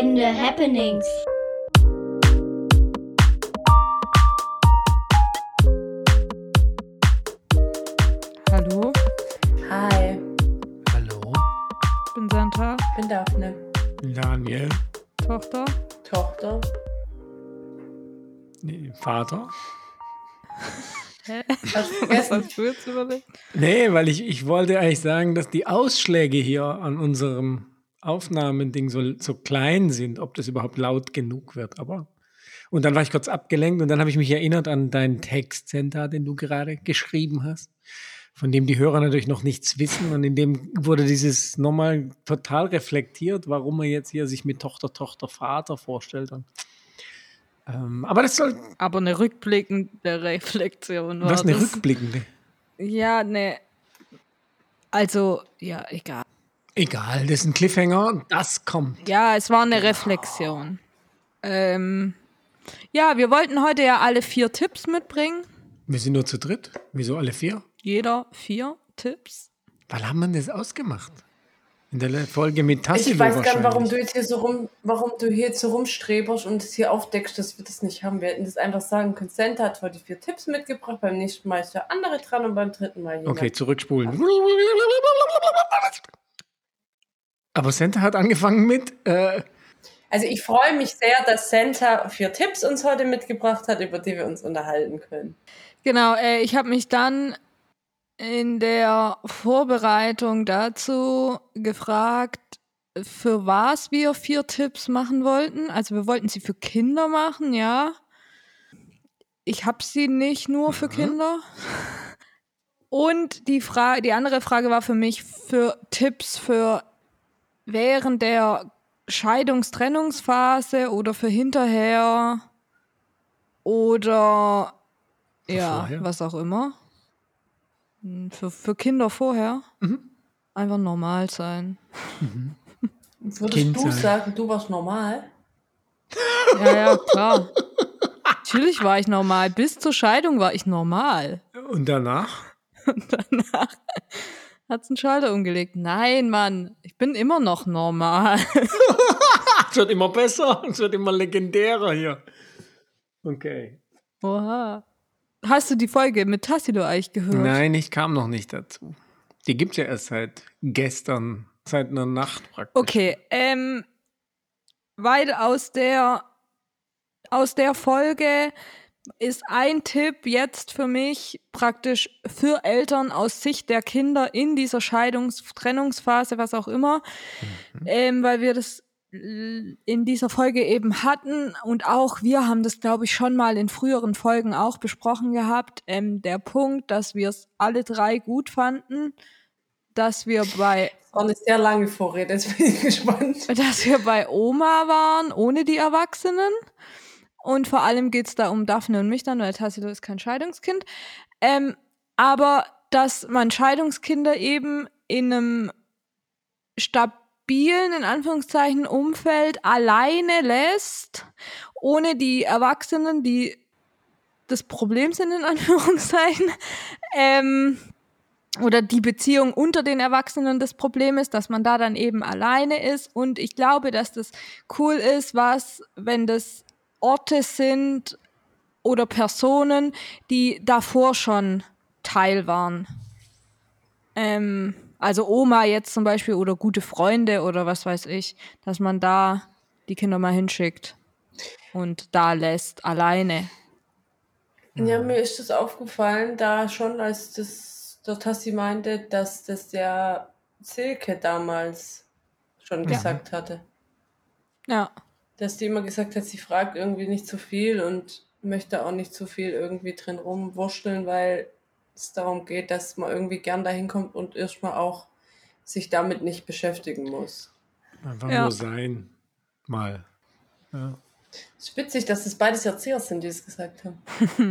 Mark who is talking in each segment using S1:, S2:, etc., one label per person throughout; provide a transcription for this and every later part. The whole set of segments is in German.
S1: Entscheidende Happenings.
S2: Hallo,
S3: Hi,
S4: Hallo,
S2: ich bin Santa,
S3: ich bin Daphne.
S4: Daniel,
S2: Tochter.
S3: Tochter.
S4: nee, Vater.
S2: Hä?
S3: Hast du
S2: Was
S3: vergessen?
S2: hast du jetzt überlegt?
S4: Nee, weil ich wollte eigentlich sagen, dass die Ausschläge hier an unserem Aufnahmending so klein sind, ob das überhaupt laut genug wird. Und dann war ich kurz abgelenkt und dann habe ich mich erinnert an deinen Text, Senta, den du gerade geschrieben hast, von dem die Hörer natürlich noch nichts wissen. Und in dem wurde dieses nochmal total reflektiert, warum man jetzt hier sich mit Tochter, Tochter, Vater vorstellt. Aber das soll,
S2: Aber eine rückblickende Reflexion war
S4: was eine
S2: das.
S4: rückblickende.
S2: Ja, ne. Also, ja, egal.
S4: Egal, das ist ein Cliffhanger und das kommt.
S2: Ja, es war eine Reflexion. Ja, wir wollten heute ja alle 4 Tipps mitbringen.
S4: Wir sind nur zu dritt. Wieso alle 4?
S2: Jeder 4 Tipps.
S4: Wann haben wir das ausgemacht? In der Folge mit Tassilo
S3: Ich weiß gar nicht, warum
S4: wahrscheinlich.
S3: du hier jetzt so rumstreberst und es hier aufdeckst, dass wir das nicht haben. Wir hätten das einfach sagen können. Santa hat heute 4 Tipps mitgebracht, beim nächsten Mal ist der andere dran und beim dritten Mal jemand.
S4: Okay, zurückspulen. Aber Santa hat angefangen mit,
S3: Also ich freue mich sehr, dass Santa 4 Tipps uns heute mitgebracht hat, über die wir uns unterhalten können.
S2: Genau, ich habe mich dann in der Vorbereitung dazu gefragt, für was wir 4 Tipps machen wollten. Also wir wollten sie für Kinder machen, ja. Ich habe sie nicht nur für Kinder. Und die andere Frage war für mich für Tipps für während der Scheidungstrennungsphase oder für hinterher oder ja,
S4: vorher?
S2: was auch immer. Für Kinder vorher. Einfach normal sein.
S3: Würdest
S4: Kind
S3: du
S4: sein.
S3: sagen, du warst normal?
S2: Ja, klar. Natürlich war ich normal. Bis zur Scheidung war ich normal.
S4: Und danach?
S2: Danach hat's einen Schalter umgelegt. Nein, Mann, ich bin immer noch normal.
S4: Es wird immer besser, es wird immer legendärer hier. Okay.
S2: Oha. Hast du die Folge mit Tassilo eigentlich gehört?
S4: Nein, ich kam noch nicht dazu. Die gibt's ja erst seit gestern, seit einer Nacht praktisch.
S2: Okay, weil aus der Folge ist ein Tipp jetzt für mich praktisch für Eltern aus Sicht der Kinder in dieser Trennungsphase, was auch immer, weil wir das in dieser Folge eben hatten und auch wir haben das, glaube ich, schon mal in früheren Folgen auch besprochen gehabt, der Punkt, dass wir es alle 3 gut fanden, dass wir bei
S3: Das war eine sehr lange Vorrede, jetzt bin ich gespannt.
S2: Oma waren, ohne die Erwachsenen. Und vor allem geht's da um Daphne und mich dann, weil Tassilo ist kein Scheidungskind. Aber dass man Scheidungskinder eben in einem stabilen, in Anführungszeichen, Umfeld alleine lässt, ohne die Erwachsenen, die das Problem sind, in Anführungszeichen, oder die Beziehung unter den Erwachsenen das Problem ist, dass man da dann eben alleine ist. Und ich glaube, dass das cool ist, wenn das Orte sind oder Personen, die davor schon Teil waren. Also Oma jetzt zum Beispiel oder gute Freunde oder was weiß ich, dass man da die Kinder mal hinschickt und da lässt, alleine.
S3: Ja, mir ist das aufgefallen, da schon, als der Tassi meinte, dass das der Silke damals schon gesagt hatte.
S2: Ja.
S3: Dass die immer gesagt hat, sie fragt irgendwie nicht zu viel und möchte auch nicht zu viel irgendwie drin rumwurschteln, weil es darum geht, dass man irgendwie gern dahin kommt und erstmal auch sich damit nicht beschäftigen muss.
S4: Einfach
S2: Ja.
S4: nur sein. Mal. Ja.
S3: Es ist witzig, dass das beides Erzieher sind, die es gesagt haben.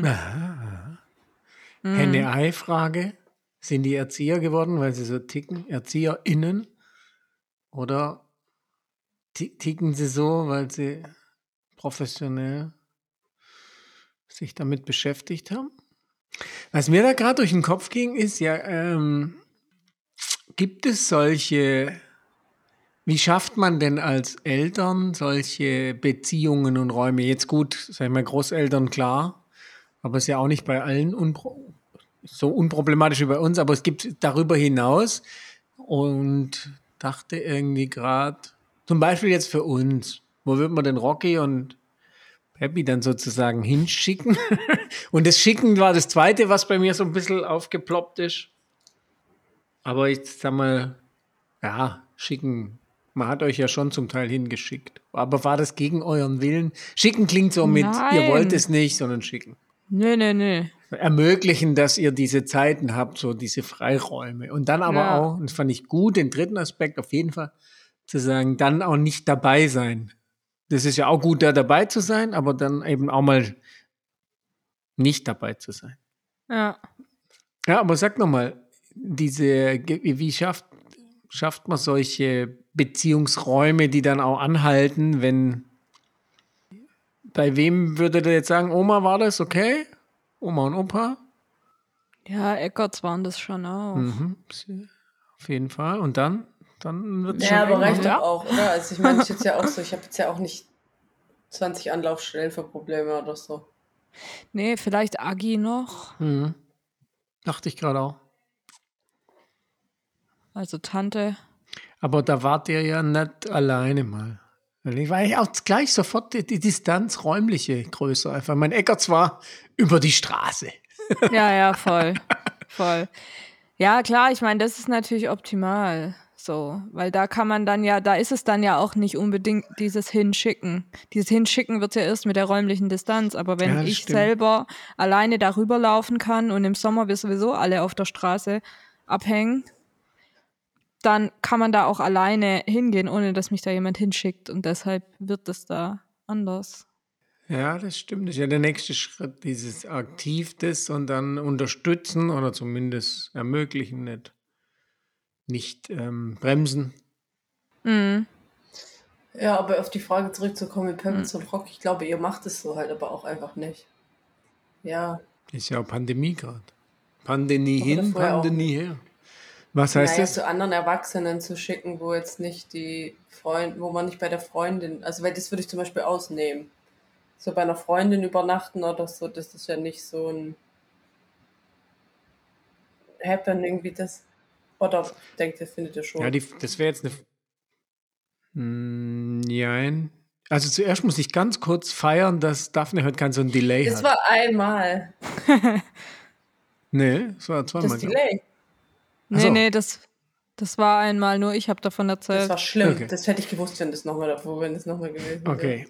S4: Henne-Ei-Frage. Sind die Erzieher geworden, weil sie so ticken? ErzieherInnen? Oder ticken sie so, weil sie professionell sich damit beschäftigt haben? Was mir da gerade durch den Kopf ging, ist ja, gibt es solche, Wie schafft man denn als Eltern solche Beziehungen und Räume? Jetzt gut, sag ich mal, Großeltern, klar, aber ist ja auch nicht bei allen so unproblematisch wie bei uns, aber es gibt darüber hinaus und dachte irgendwie gerade, zum Beispiel jetzt für uns, wo würde man denn Rocky und Peppy dann sozusagen hinschicken? Und das Schicken war das Zweite, was bei mir so ein bisschen aufgeploppt ist. Aber ich sag mal, ja, schicken. Man hat euch ja schon zum Teil hingeschickt. Aber war das gegen euren Willen? Schicken klingt so mit, ihr wollt es nicht, sondern schicken.
S2: Nee.
S4: Ermöglichen, dass ihr diese Zeiten habt, so diese Freiräume. Und dann aber auch, und das fand ich gut, den dritten Aspekt auf jeden Fall, zu sagen, dann auch nicht dabei sein. Das ist ja auch gut, da dabei zu sein, aber dann eben auch mal nicht dabei zu sein.
S2: Ja.
S4: Ja, aber sag nochmal, wie schafft man solche Beziehungsräume, die dann auch anhalten, bei wem würdet ihr jetzt sagen, Oma war das okay? Oma und Opa?
S2: Ja, Eckerts waren das schon auch.
S4: Mhm, auf jeden Fall. Und dann wird es
S3: Ja,
S4: schon
S3: aber reicht
S4: eng,
S3: doch auch, oder? Also ich meine, ich jetzt ja auch so, ich habe jetzt ja auch nicht 20 Anlaufstellen für Probleme oder so.
S2: Nee, vielleicht Agi noch.
S4: Mhm. Dachte ich gerade auch.
S2: Also Tante.
S4: Aber da wart ihr ja nicht alleine mal. Ich war ja auch gleich sofort die Distanz räumliche größer. Einfach mein Eckerts war über die Straße.
S2: Ja, voll. Ja, klar, ich meine, das ist natürlich optimal. So, weil da kann man dann ja, da ist es dann ja auch nicht unbedingt dieses Hinschicken. Dieses Hinschicken wird ja erst mit der räumlichen Distanz. Aber wenn
S4: Ja, das
S2: ich
S4: stimmt.
S2: selber alleine darüber laufen kann und im Sommer wir sowieso alle auf der Straße abhängen, dann kann man da auch alleine hingehen, ohne dass mich da jemand hinschickt. Und deshalb wird es da anders.
S4: Ja, das stimmt. Das ist ja der nächste Schritt, dieses aktiv das und dann unterstützen oder zumindest ermöglichen, nicht bremsen.
S2: Mhm.
S3: Ja, aber auf die Frage zurückzukommen mit Pebbles und Rock, ich glaube, ihr macht es so halt aber auch einfach nicht. Ja.
S4: Ist ja auch Pandemie gerade. Pandemie
S3: Aber
S4: hin,
S3: vorher auch
S4: Pandemie her. Was heißt
S3: Naja,
S4: das?
S3: zu anderen Erwachsenen zu schicken, wo jetzt nicht wo man nicht bei der Freundin, also weil das würde ich zum Beispiel ausnehmen. So bei einer Freundin übernachten oder so, das ist ja nicht so ein Happening wie das. Oder denkt ihr, findet ihr schon?
S4: Ja, das wäre jetzt eine. Nein. Also zuerst muss ich ganz kurz feiern, dass Daphne heute kein so ein Delay
S3: Das
S4: hat.
S3: war einmal.
S4: Nee, das war
S3: Das
S4: zweimal.
S3: Delay.
S2: Nee, das war einmal, nur ich habe davon erzählt.
S3: Das war schlimm.
S4: Okay.
S3: Das hätte ich gewusst, wenn das nochmal gewesen wäre.
S4: Okay.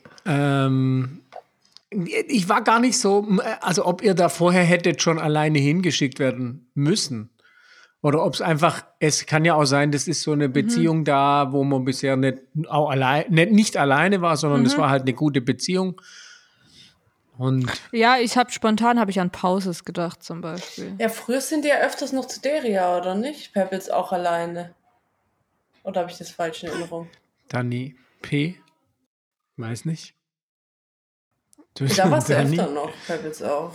S4: Ich war gar nicht so, also ob ihr da vorher hättet schon alleine hingeschickt werden müssen. Oder ob es einfach, es kann ja auch sein, das ist so eine Beziehung da, wo man bisher nicht alleine war, sondern es war halt eine gute Beziehung. Und
S2: Ja, spontan habe ich an Pauses gedacht zum Beispiel.
S3: Ja, früher sind die ja öfters noch zu Deria, oder nicht? Pebbles auch alleine. Oder habe ich das falsch in Erinnerung?
S4: Dani P. Weiß nicht.
S3: Da warst du
S4: Dani.
S3: öfter noch, Pebbles auch.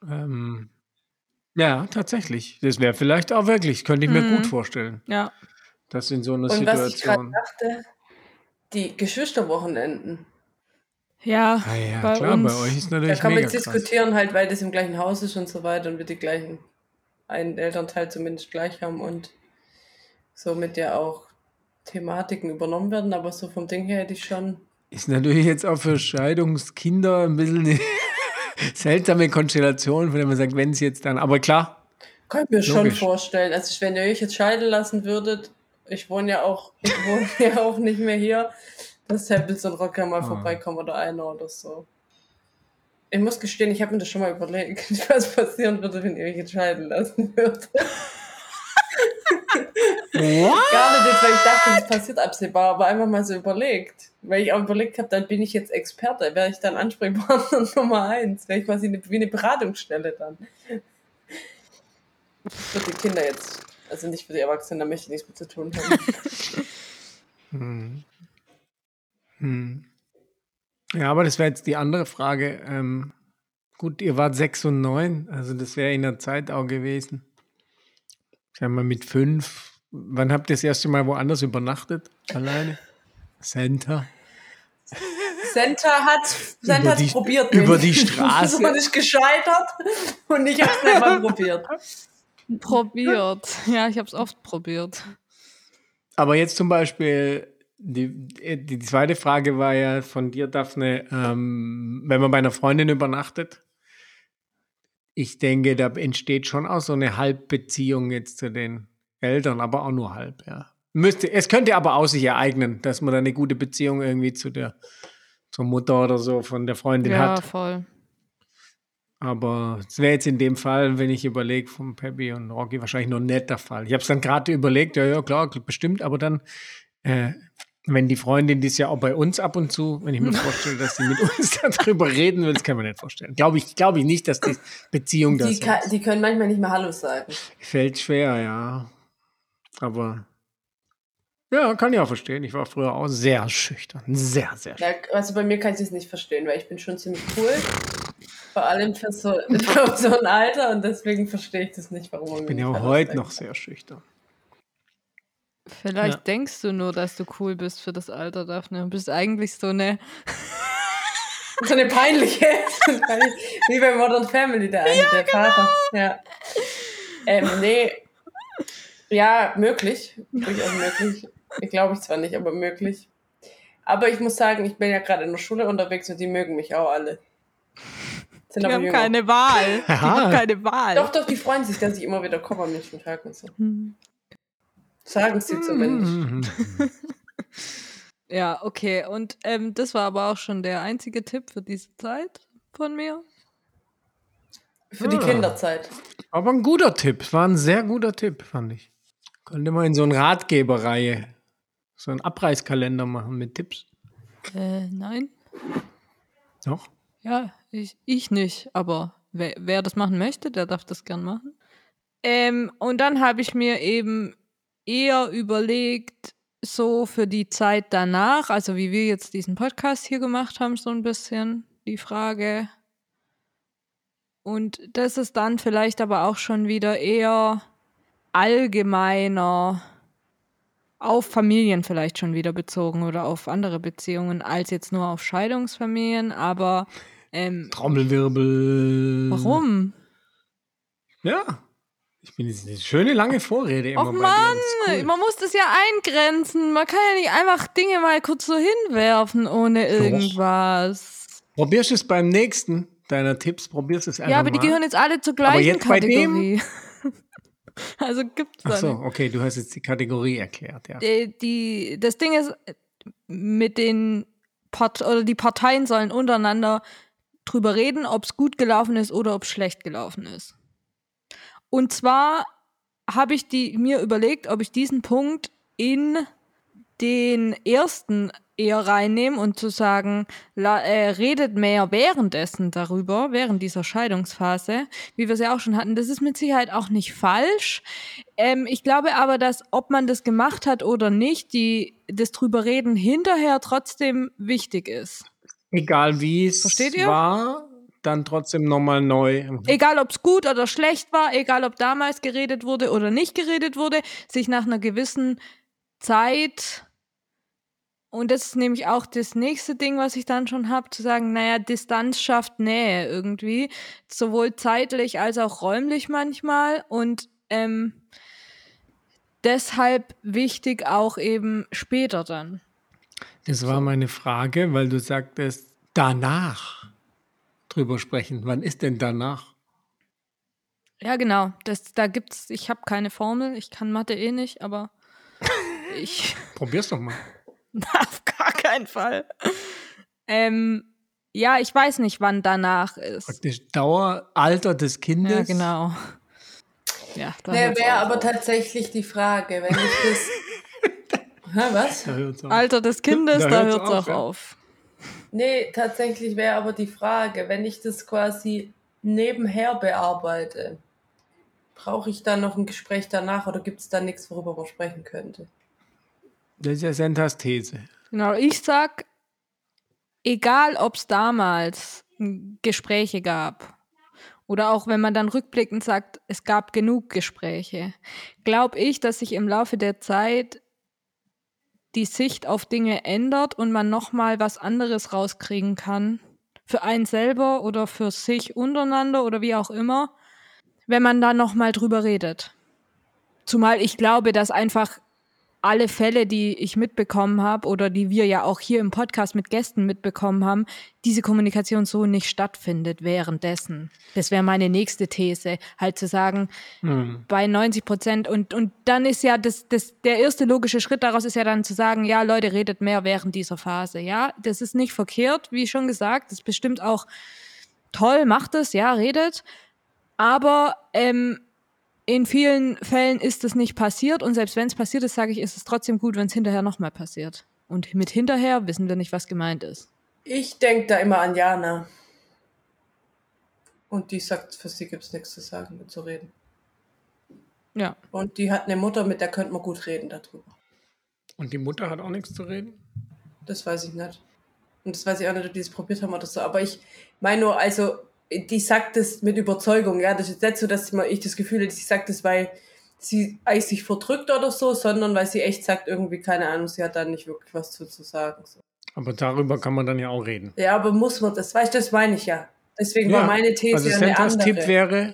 S4: Ja, tatsächlich. Das wäre vielleicht auch wirklich, könnte ich mir gut vorstellen.
S2: Ja.
S4: Das in so einer
S3: Und was ich gerade
S4: Situation.
S3: dachte, die Geschwisterwochenenden.
S2: Ja,
S4: Ah ja,
S2: bei
S4: klar,
S2: uns.
S4: bei euch ist
S3: Da
S4: natürlich
S3: kann man
S4: mega
S3: jetzt
S4: krass.
S3: diskutieren, halt, weil das im gleichen Haus ist und so weiter und wir einen Elternteil zumindest gleich haben und somit ja auch Thematiken übernommen werden, aber so vom Ding her hätte ich schon.
S4: Ist natürlich jetzt auch für Scheidungskinder ein bisschen eine seltsame Konstellation, von der man sagt, wenn es jetzt dann, aber klar.
S3: Kann ich mir schon
S4: Logisch.
S3: vorstellen. Also wenn ihr euch jetzt scheiden lassen würdet, ich wohne ja auch nicht mehr hier, dass Pebbles und Rocker mal vorbeikommen oder einer oder so. Ich muss gestehen, ich habe mir das schon mal überlegt, was passieren würde, wenn ihr euch entscheiden lassen würdet. Gar nicht jetzt, weil ich dachte, das passiert absehbar, aber einfach mal so überlegt. Weil ich auch überlegt habe, dann bin ich jetzt Experte, wäre ich dann Ansprechpartner Nummer 1, wäre ich quasi wie eine Beratungsstelle dann. Für die Kinder jetzt, also nicht für die Erwachsenen, da möchte ich nichts mit zu tun haben.
S4: Ja, aber das wäre jetzt die andere Frage. Gut, ihr wart 6 und 9, also das wäre in der Zeit auch gewesen. Sagen wir mit 5. Wann habt ihr das erste Mal woanders übernachtet? Alleine? Senta.
S3: Senta hat's probiert.
S4: Über die Straße.
S3: Und ist gescheitert und ich hab's nicht mal probiert.
S2: Probiert. Ja, ich habe es oft probiert.
S4: Aber jetzt zum Beispiel, die zweite Frage war ja von dir, Daphne, wenn man bei einer Freundin übernachtet, ich denke, da entsteht schon auch so eine Halbbeziehung jetzt zu den Eltern, aber auch nur halb, ja. Es könnte aber auch sich ereignen, dass man da eine gute Beziehung irgendwie zur Mutter oder so von der Freundin
S2: Ja,
S4: hat.
S2: voll.
S4: Aber es wäre jetzt in dem Fall, wenn ich überlege, von Peppy und Rocky wahrscheinlich noch nicht der Fall. Ich habe es dann gerade überlegt, ja, klar, bestimmt, aber dann, wenn die Freundin, die ist ja auch bei uns ab und zu, wenn ich mir vorstelle, dass sie mit uns darüber reden will, das kann man nicht vorstellen. Glaube ich nicht, dass die Beziehung das ist.
S3: Die können manchmal nicht mehr Hallo sagen.
S4: Fällt schwer, ja. Aber ja, kann ich auch verstehen. Ich war früher auch sehr schüchtern. Sehr, sehr schüchtern.
S3: Ja, also bei mir kann ich das nicht verstehen, weil ich bin schon ziemlich cool. Vor allem für so ein Alter und deswegen verstehe ich das nicht, warum man
S4: Ich bin ja auch heute noch sehr schüchtern.
S2: Vielleicht denkst du nur, dass du cool bist für das Alter, Daphne. Du bist eigentlich so eine
S3: peinliche, wie bei Modern Family, der Vater. Ja. Nee. Ja, möglich. Durchaus möglich. Ich glaube ich zwar nicht, aber möglich. Aber ich muss sagen, ich bin ja gerade in der Schule unterwegs und die mögen mich auch alle.
S2: Die haben keine Wahl. Die haben keine Wahl.
S3: Doch, die freuen sich, dass ich immer wieder komme am nächsten Tag und so. Sagen sie zumindest.
S2: Ja, okay. Und das war aber auch schon der einzige Tipp für diese Zeit von mir.
S3: Für die Kinderzeit.
S4: Aber ein guter Tipp. Es war ein sehr guter Tipp, fand ich. Könnte man in so eine Ratgeberreihe, so einen Abreißkalender machen mit Tipps.
S2: Nein.
S4: Doch?
S2: Ja, ich nicht. Aber wer das machen möchte, der darf das gern machen. Und dann habe ich mir eben eher überlegt, so für die Zeit danach, also wie wir jetzt diesen Podcast hier gemacht haben, so ein bisschen die Frage. Und das ist dann vielleicht aber auch schon wieder eher allgemeiner auf Familien vielleicht schon wieder bezogen oder auf andere Beziehungen als jetzt nur auf Scheidungsfamilien, aber
S4: Trommelwirbel.
S2: Warum?
S4: Ja. Ich bin jetzt eine schöne lange Vorrede immer
S2: Och
S4: bei
S2: Mann,
S4: dir. Cool.
S2: man muss das ja eingrenzen. Man kann ja nicht einfach Dinge mal kurz so hinwerfen ohne irgendwas.
S4: Probierst du es beim nächsten deiner Tipps, probierst es einfach mal.
S2: Ja, aber die gehören jetzt alle zur gleichen
S4: jetzt
S2: Kategorie. Also gibt's da
S4: Ach so,
S2: nicht.
S4: okay, du hast jetzt die Kategorie erklärt, ja.
S2: Das Ding ist, mit den die Parteien sollen untereinander drüber reden, ob es gut gelaufen ist oder ob es schlecht gelaufen ist. Und zwar habe ich mir überlegt, ob ich diesen Punkt in den ersten eher reinnehme und zu sagen, redet mehr währenddessen darüber, während dieser Scheidungsphase, wie wir es ja auch schon hatten. Das ist mit Sicherheit auch nicht falsch. Ich glaube aber, dass, ob man das gemacht hat oder nicht, das drüber reden hinterher trotzdem wichtig ist.
S4: Egal wie es war, dann trotzdem nochmal neu.
S2: Egal, ob es gut oder schlecht war, egal, ob damals geredet wurde oder nicht geredet wurde, sich nach einer gewissen Zeit, und das ist nämlich auch das nächste Ding, was ich dann schon habe, zu sagen, naja, Distanz schafft Nähe irgendwie, sowohl zeitlich als auch räumlich manchmal, und deshalb wichtig auch eben später dann.
S4: Das war meine Frage, weil du sagtest, danach drüber sprechen. Wann ist denn danach?
S2: Ja, genau. Ich habe keine Formel, ich kann Mathe eh nicht, aber
S4: Probier's doch mal.
S2: Auf gar keinen Fall. Ja, ich weiß nicht, wann danach ist.
S4: Praktisch Daueralter des Kindes.
S2: Ja, genau. Ja,
S3: wäre aber tatsächlich die Frage, wenn ich das... Was?
S2: Alter des Kindes, da hört es auch auf.
S3: Nee, tatsächlich wäre aber die Frage, wenn ich das quasi nebenher bearbeite, brauche ich dann noch ein Gespräch danach oder gibt es da nichts, worüber man sprechen könnte?
S4: Das ist ja Sentas These.
S2: Genau, ich sag, egal ob es damals Gespräche gab oder auch wenn man dann rückblickend sagt, es gab genug Gespräche, glaube ich, dass sich im Laufe der Zeit die Sicht auf Dinge ändert und man nochmal was anderes rauskriegen kann. Für einen selber oder für sich untereinander oder wie auch immer, wenn man da nochmal drüber redet. Zumal ich glaube, dass einfach alle Fälle, die ich mitbekommen habe oder die wir ja auch hier im Podcast mit Gästen mitbekommen haben, diese Kommunikation so nicht stattfindet währenddessen. Das wäre meine nächste These, halt zu sagen, bei 90% und dann ist ja der erste logische Schritt daraus ist ja dann zu sagen, ja, Leute, redet mehr während dieser Phase. Ja, das ist nicht verkehrt, wie schon gesagt, das ist bestimmt auch toll, macht es, ja, redet, aber in vielen Fällen ist es nicht passiert und selbst wenn es passiert ist, sage ich, ist es trotzdem gut, wenn es hinterher nochmal passiert. Und mit hinterher wissen wir nicht, was gemeint ist.
S3: Ich denke da immer an Jana. Und die sagt, für sie gibt es nichts zu sagen und zu reden.
S2: Ja.
S3: Und die hat eine Mutter, mit der könnte man gut reden darüber.
S4: Und die Mutter hat auch nichts zu reden?
S3: Das weiß ich nicht. Und das weiß ich auch nicht, ob die es probiert haben oder so. Aber ich meine nur, also, die sagt das mit Überzeugung. Ja, das ist nicht so, dass ich das Gefühl hätte, sie sagt das, weil sie eigentlich sich verdrückt oder so, sondern weil sie echt sagt, irgendwie, keine Ahnung, sie hat da nicht wirklich was zu sagen. So.
S4: Aber darüber kann man dann ja auch reden.
S3: Ja, aber muss man das? Weißt du, das meine ich ja. Deswegen war meine These
S4: also
S3: eine andere.
S4: Tipp wäre,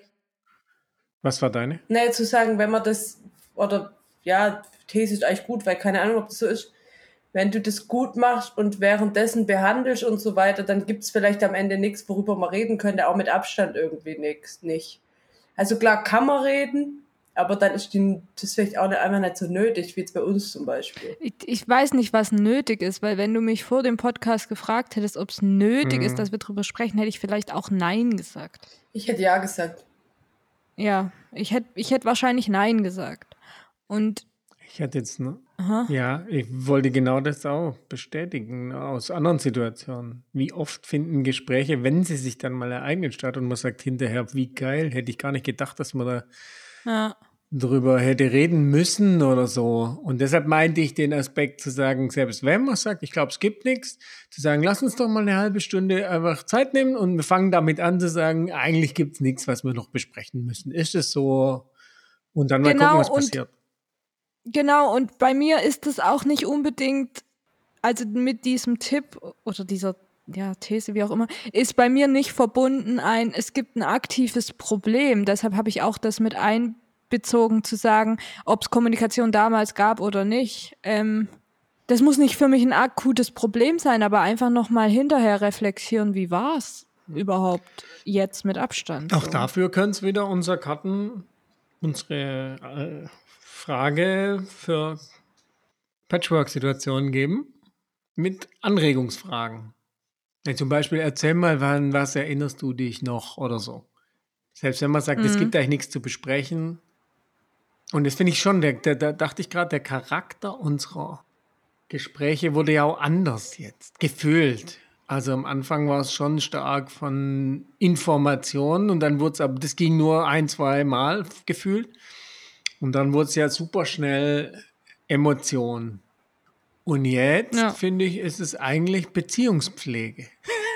S4: was war deine?
S3: Naja, zu sagen, wenn man das, oder ja, These ist eigentlich gut, weil keine Ahnung, ob das so ist, wenn du das gut machst und währenddessen behandelst und so weiter, dann gibt es vielleicht am Ende nichts, worüber man reden könnte, auch mit Abstand irgendwie nicht. Also klar kann man reden, aber dann ist das vielleicht auch einfach nicht so nötig, wie jetzt bei uns zum Beispiel.
S2: Ich weiß nicht, was nötig ist, weil wenn du mich vor dem Podcast gefragt hättest, ob es nötig ist, dass wir drüber sprechen, hätte ich vielleicht auch Nein gesagt.
S3: Ich hätte ja gesagt.
S2: Ja, ich hätte wahrscheinlich Nein gesagt. Und
S4: ich hätte jetzt, ja, ich wollte genau das auch bestätigen aus anderen Situationen. Wie oft finden Gespräche, wenn sie sich dann mal ereignen, statt und man sagt hinterher, wie geil, hätte ich gar nicht gedacht, dass man da drüber hätte reden müssen oder so. Und deshalb meinte ich den Aspekt zu sagen, selbst wenn man sagt, ich glaube, es gibt nichts, zu sagen, lass uns doch mal eine halbe Stunde einfach Zeit nehmen und wir fangen damit an zu sagen, eigentlich gibt es nichts, was wir noch besprechen müssen. Ist es so? Und dann mal gucken, was passiert.
S2: Genau, und bei mir ist es auch nicht unbedingt, also mit diesem Tipp oder dieser These, wie auch immer, ist bei mir nicht verbunden es gibt ein aktives Problem. Deshalb habe ich auch das mit einbezogen zu sagen, ob es Kommunikation damals gab oder nicht. Das muss nicht für mich ein akutes Problem sein, aber einfach nochmal hinterher reflektieren, wie war es überhaupt jetzt mit Abstand.
S4: Auch dafür können es wieder unsere Frage für Patchwork-Situationen geben mit Anregungsfragen. Ja, zum Beispiel, erzähl mal, wann was erinnerst du dich noch oder so. Selbst wenn man sagt, es gibt eigentlich nichts zu besprechen. Und das finde ich schon, da dachte ich gerade, der Charakter unserer Gespräche wurde ja auch anders jetzt, gefühlt. Also am Anfang war es schon stark von Informationen und dann wurde es, aber das ging nur 1-2 Mal gefühlt. Und dann wurde es ja super schnell Emotion. Und jetzt, finde ich, ist es eigentlich Beziehungspflege.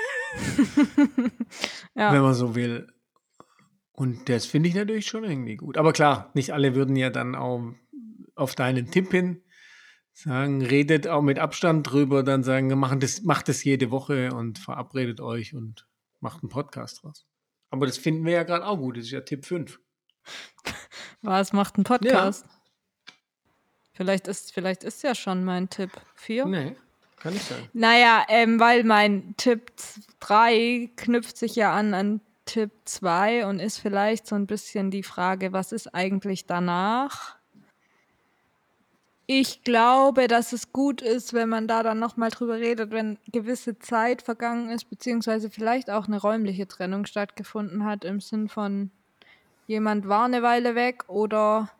S4: Wenn man so will. Und das finde ich natürlich schon irgendwie gut. Aber klar, nicht alle würden ja dann auch auf deinen Tipp hin sagen, redet auch mit Abstand drüber, dann sagen, macht das jede Woche und verabredet euch und macht einen Podcast draus. Aber das finden wir ja gerade auch gut. Das ist ja Tipp 5.
S2: Was macht ein Podcast? Ja. Vielleicht ist ja schon mein Tipp 4.
S4: Nee, kann nicht sein.
S2: Naja, weil mein Tipp 3 knüpft sich ja an Tipp 2 und ist vielleicht so ein bisschen die Frage, was ist eigentlich danach? Ich glaube, dass es gut ist, wenn man da dann nochmal drüber redet, wenn gewisse Zeit vergangen ist, beziehungsweise vielleicht auch eine räumliche Trennung stattgefunden hat, im Sinn von jemand war eine Weile weg oder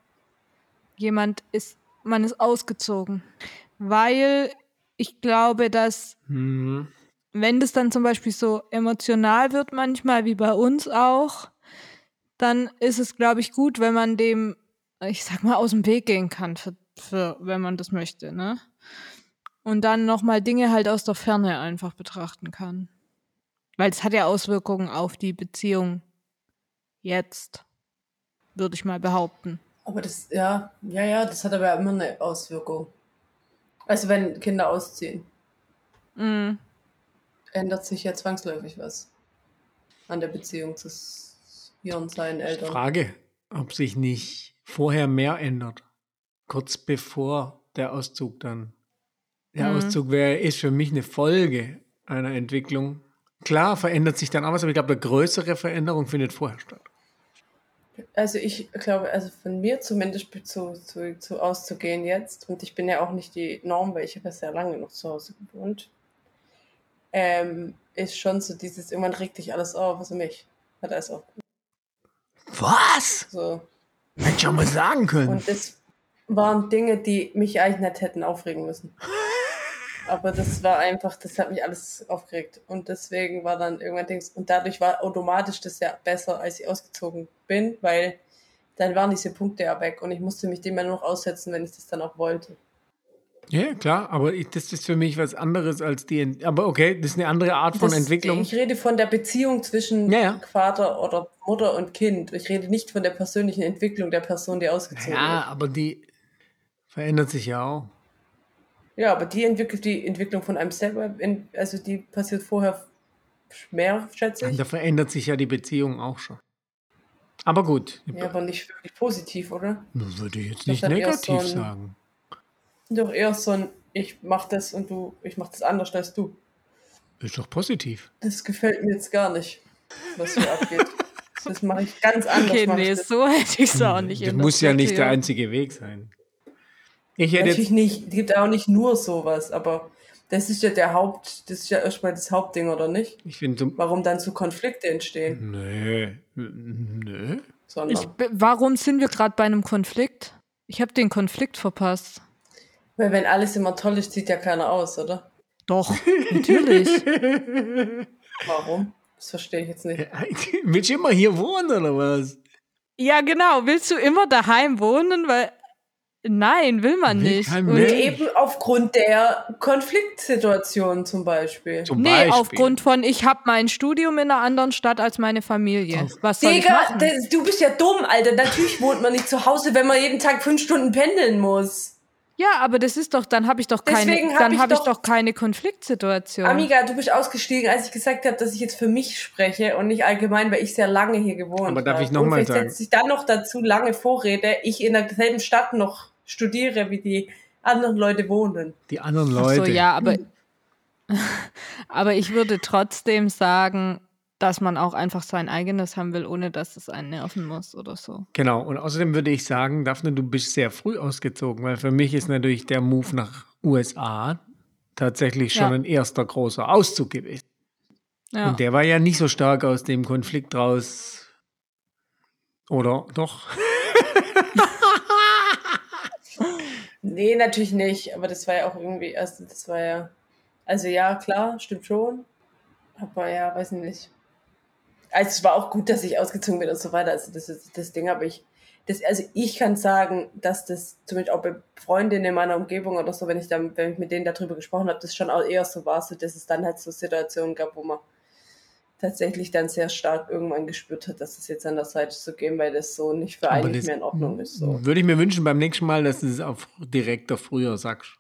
S2: man ist ausgezogen. Weil ich glaube, dass wenn das dann zum Beispiel so emotional wird manchmal, wie bei uns auch, dann ist es, glaube ich, gut, wenn man dem, ich sag mal, aus dem Weg gehen kann, wenn man das möchte, ne? Und dann nochmal Dinge halt aus der Ferne einfach betrachten kann. Weil es hat ja Auswirkungen auf die Beziehung jetzt, würde ich mal behaupten.
S3: Aber das, das hat aber immer eine Auswirkung. Also wenn Kinder ausziehen,
S2: Mm.
S3: ändert sich ja zwangsläufig was an der Beziehung zu ihren seinen Eltern.
S4: Frage, ob sich nicht vorher mehr ändert. Kurz bevor der Auszug dann. Der Auszug ist für mich eine Folge einer Entwicklung. Klar verändert sich dann auch was, aber ich glaube, eine größere Veränderung findet vorher statt.
S3: Also ich glaube, also von mir zumindest zu auszugehen jetzt, und ich bin ja auch nicht die Norm, weil ich habe ja sehr lange noch zu Hause gewohnt, ist schon so dieses, irgendwann regt dich alles auf, also mich hat alles auf.
S4: Was?
S3: So.
S4: Hätte ich auch mal sagen können.
S3: Und das waren Dinge, die mich eigentlich nicht hätten aufregen müssen. Aber das war einfach, das hat mich alles aufgeregt. Und deswegen war dann irgendwann Dings. Und dadurch war automatisch das ja besser, als ich ausgezogen bin, weil dann waren diese Punkte ja weg und ich musste mich dem ja nur noch aussetzen, wenn ich das dann auch wollte.
S4: Ja, klar, aber das ist für mich was anderes als die. Aber okay, das ist eine andere Art von Entwicklung.
S3: Ich rede von der Beziehung zwischen Vater oder Mutter und Kind. Ich rede nicht von der persönlichen Entwicklung der Person, die ausgezogen ist.
S4: Ja, aber die verändert sich ja auch.
S3: Ja, aber die Entwicklung von einem selber, also die passiert vorher mehr, schätze ich.
S4: Da verändert sich ja die Beziehung auch schon. Aber gut.
S3: Ja, aber nicht wirklich positiv, oder?
S4: Das würde ich jetzt nicht negativ sagen.
S3: Doch eher so ein, ich mach das und ich mach das anders als du.
S4: Ist doch positiv.
S3: Das gefällt mir jetzt gar nicht, was hier abgeht. Das mache ich ganz anders.
S2: Okay, nee, so hätte ich es auch nicht.
S4: Das muss ja nicht der einzige Weg sein.
S3: Natürlich nicht, es gibt auch nicht nur sowas, aber das ist ja das ist ja erstmal das Hauptding, oder nicht?
S4: Ich finde,
S3: warum dann so Konflikte entstehen?
S4: Nö.
S2: Warum sind wir gerade bei einem Konflikt? Ich habe den Konflikt verpasst.
S3: Weil wenn alles immer toll ist, zieht ja keiner aus, oder?
S2: Doch, natürlich.
S3: Warum? Das verstehe ich jetzt nicht.
S4: Willst du immer hier wohnen, oder was?
S2: Ja, genau. Willst du immer daheim wohnen? Weil nein, will man nicht.
S3: Und eben aufgrund der Konfliktsituation zum Beispiel.
S2: Aufgrund von, ich habe mein Studium in einer anderen Stadt als meine Familie. Was soll ich machen?
S3: Du bist ja dumm, Alter. Natürlich wohnt man nicht zu Hause, wenn man jeden Tag 5 Stunden pendeln muss.
S2: Ja, aber das ist doch, dann habe ich doch keine Konfliktsituation.
S3: Amiga, du bist ausgestiegen, als ich gesagt habe, dass ich jetzt für mich spreche und nicht allgemein, weil ich sehr lange hier gewohnt habe.
S4: Aber darf ich nochmal sagen?
S3: Setzt sich dann noch dazu lange Vorrede, ich in derselben Stadt noch studiere, wie die anderen Leute wohnen.
S4: Die anderen Leute.
S2: Ach so, ja, aber ich würde trotzdem sagen, dass man auch einfach sein eigenes haben will, ohne dass es einen nerven muss oder so.
S4: Genau, und außerdem würde ich sagen, Daphne, du bist sehr früh ausgezogen, weil für mich ist natürlich der Move nach USA tatsächlich schon ein erster großer Auszug gewesen. Ja. Und der war ja nicht so stark aus dem Konflikt raus. Oder doch?
S3: Nee, natürlich nicht, aber das war ja auch irgendwie, also ja, klar, stimmt schon, aber ja, weiß ich nicht. Also es war auch gut, dass ich ausgezogen bin und so weiter, also das ist das Ding, aber ich kann sagen, dass das zumindest auch bei Freundinnen in meiner Umgebung oder so, wenn ich mit denen darüber gesprochen habe, das schon auch eher so war, so dass es dann halt so Situationen gab, wo man tatsächlich dann sehr stark irgendwann gespürt hat, dass es jetzt an der Seite zu gehen, weil das so nicht für einen nicht mehr in Ordnung ist. So.
S4: Würde ich mir wünschen beim nächsten Mal, dass du es auch direkter früher sagst.